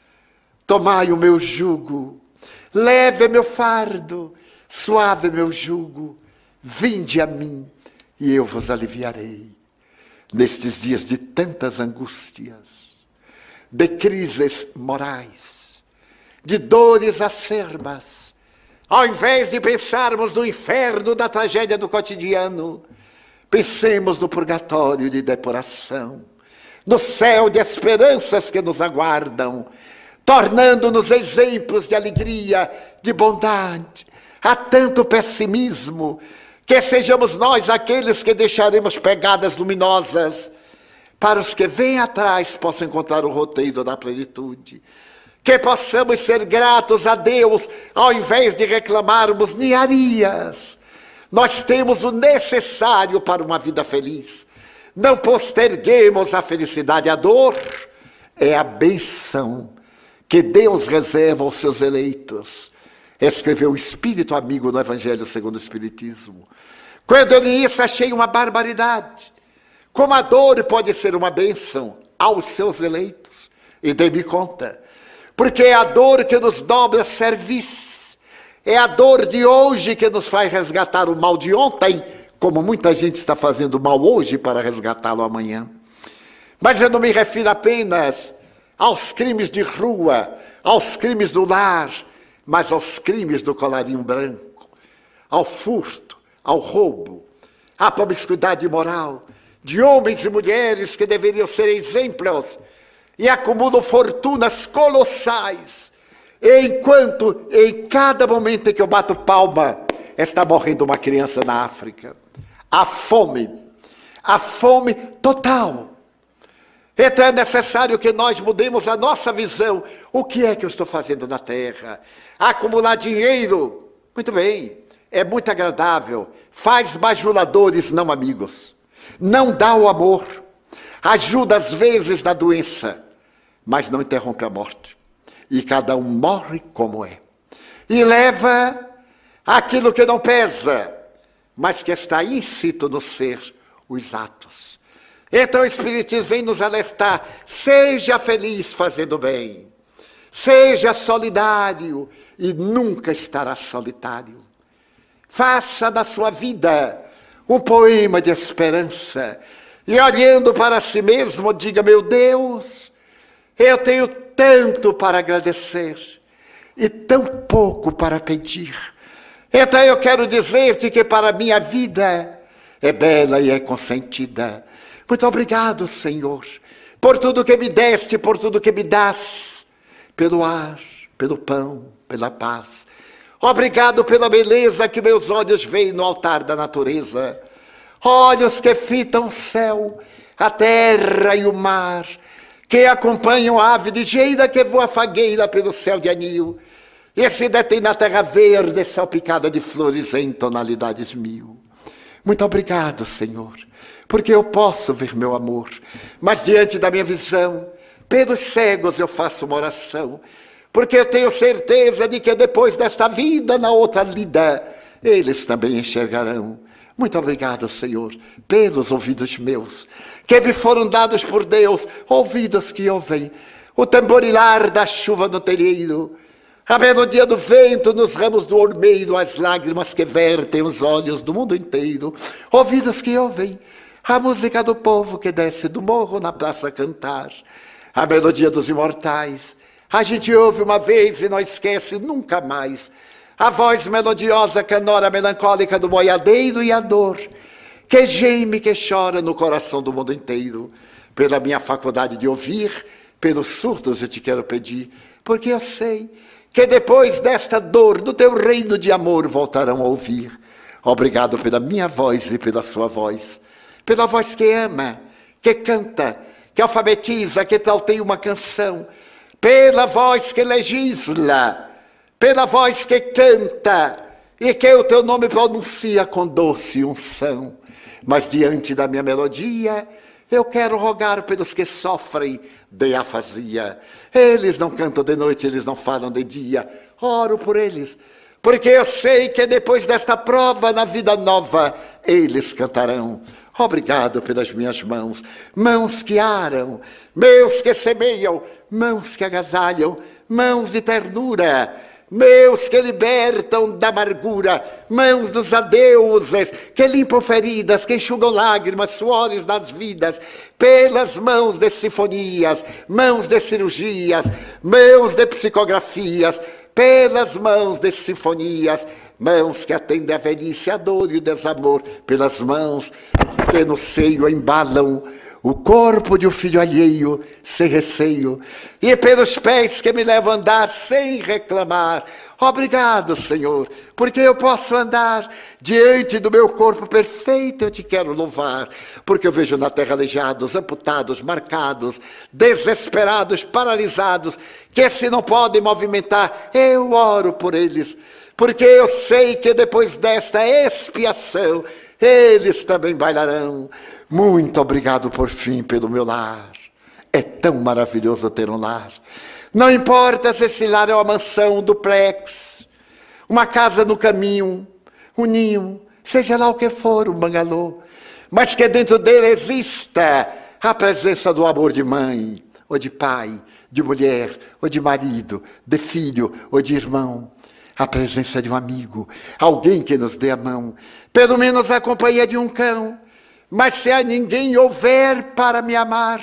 tomai o meu jugo, leve meu fardo, suave meu jugo, vinde a mim e eu vos aliviarei. Nestes dias de tantas angústias, de crises morais, de dores acerbas, ao invés de pensarmos no inferno da tragédia do cotidiano, pensemos no purgatório de depuração, no céu de esperanças que nos aguardam, tornando-nos exemplos de alegria, de bondade. Há tanto pessimismo, que sejamos nós aqueles que deixaremos pegadas luminosas, para os que vêm atrás possam encontrar o roteiro da plenitude. Que possamos ser gratos a Deus, ao invés de reclamarmos niarias. Nós temos o necessário para uma vida feliz. Não posterguemos a felicidade. A dor é a bênção que Deus reserva aos seus eleitos. Escreveu o Espírito amigo no Evangelho segundo o Espiritismo. Quando eu li isso, achei uma barbaridade. Como a dor pode ser uma bênção aos seus eleitos? E dei-me conta. Porque é a dor que nos dobra serviço. É a dor de hoje que nos faz resgatar o mal de ontem, como muita gente está fazendo mal hoje para resgatá-lo amanhã. Mas eu não me refiro apenas aos crimes de rua, aos crimes do lar, mas aos crimes do colarinho branco, ao furto, ao roubo, à promiscuidade moral, de homens e mulheres que deveriam ser exemplos e acumulam fortunas colossais, enquanto em cada momento em que eu bato palma, está morrendo uma criança na África. A fome, a fome total. Então é necessário que nós mudemos a nossa visão. O que é que eu estou fazendo na terra? Acumular dinheiro, muito bem, é muito agradável, faz bajuladores, não amigos, não dá o amor, ajuda às vezes na doença, mas não interrompe a morte. E cada um morre como é. E leva aquilo que não pesa, mas que está íncito no ser, os atos. Então o Espiritismo vem nos alertar, seja feliz fazendo bem, seja solidário e nunca estará solitário. Faça da sua vida um poema de esperança e olhando para si mesmo diga, meu Deus, eu tenho tanto para agradecer e tão pouco para pedir. Então eu quero dizer-te que para mim a vida é bela e é consentida. Muito obrigado, Senhor. por tudo que me deste, por tudo que me dás, pelo ar, pelo pão, pela paz. Obrigado pela beleza que meus olhos veem no altar da natureza. Olhos que fitam o céu, a terra e o mar, que acompanham a ave ligeira que voa fagueira pelo céu de anil, e se detém na terra verde, salpicada de flores em tonalidades mil. Muito obrigado, Senhor, porque eu posso ver meu amor, mas diante da minha visão, pelos cegos eu faço uma oração, porque eu tenho certeza de que depois desta vida, na outra lida, eles também enxergarão. Muito obrigado, Senhor, pelos ouvidos meus, que me foram dados por Deus, ouvidos que ouvem o tamborilar da chuva no telheiro, a melodia do vento nos ramos do ormeiro, as lágrimas que vertem os olhos do mundo inteiro, ouvidos que ouvem a música do povo que desce do morro na praça a cantar, a melodia dos imortais. A gente ouve uma vez e não esquece nunca mais a voz melodiosa, canora melancólica do boiadeiro e a dor que geme, que chora no coração do mundo inteiro. Pela minha faculdade de ouvir, pelos surdos eu te quero pedir, porque eu sei que depois desta dor, do teu reino de amor, voltarão a ouvir. Obrigado pela minha voz e pela sua voz, pela voz que ama, que canta, que alfabetiza, que tal tem uma canção, pela voz que legisla, pela voz que canta, e que o teu nome pronuncia com doce unção. Mas diante da minha melodia, eu quero rogar pelos que sofrem de afasia. Eles não cantam de noite, eles não falam de dia. Oro por eles, porque eu sei que depois desta prova, na vida nova, eles cantarão. Obrigado pelas minhas mãos, mãos que aram, meus que semeiam, mãos que agasalham, mãos de ternura, meus que libertam da amargura, mãos dos adeuses, que limpam feridas, que enxugam lágrimas, suores das vidas, pelas mãos de sinfonias, mãos de cirurgias, mãos de psicografias, pelas mãos de sinfonias, mãos que atendem a velhice, a dor e o desamor, pelas mãos que no seio embalam o corpo de um filho alheio, sem receio, e pelos pés que me levam a andar sem reclamar. Obrigado, Senhor, porque eu posso andar diante do meu corpo perfeito. Eu te quero louvar, porque eu vejo na terra aleijados, amputados, marcados, desesperados, paralisados, que se não podem movimentar, eu oro por eles, porque eu sei que depois desta expiação, eles também bailarão. Muito obrigado por fim pelo meu lar. É tão maravilhoso ter um lar. Não importa se esse lar é uma mansão, um duplex, uma casa no caminho, um ninho, seja lá o que for, um bangalô, mas que dentro dele exista a presença do amor de mãe, ou de pai, de mulher, ou de marido, de filho, ou de irmão. A presença de um amigo, alguém que nos dê a mão, pelo menos a companhia de um cão. Mas se a ninguém houver para me amar,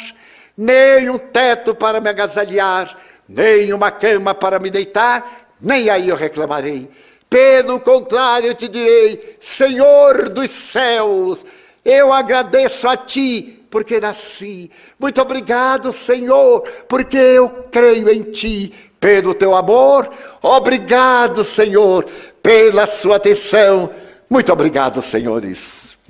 nem um teto para me agasalhar, nem uma cama para me deitar, nem aí eu reclamarei. Pelo contrário, eu te direi: Senhor dos céus, eu agradeço a ti, porque nasci. Muito obrigado, Senhor, porque eu creio em ti. Pelo teu amor, obrigado, Senhor, pela sua atenção. Muito obrigado, senhores.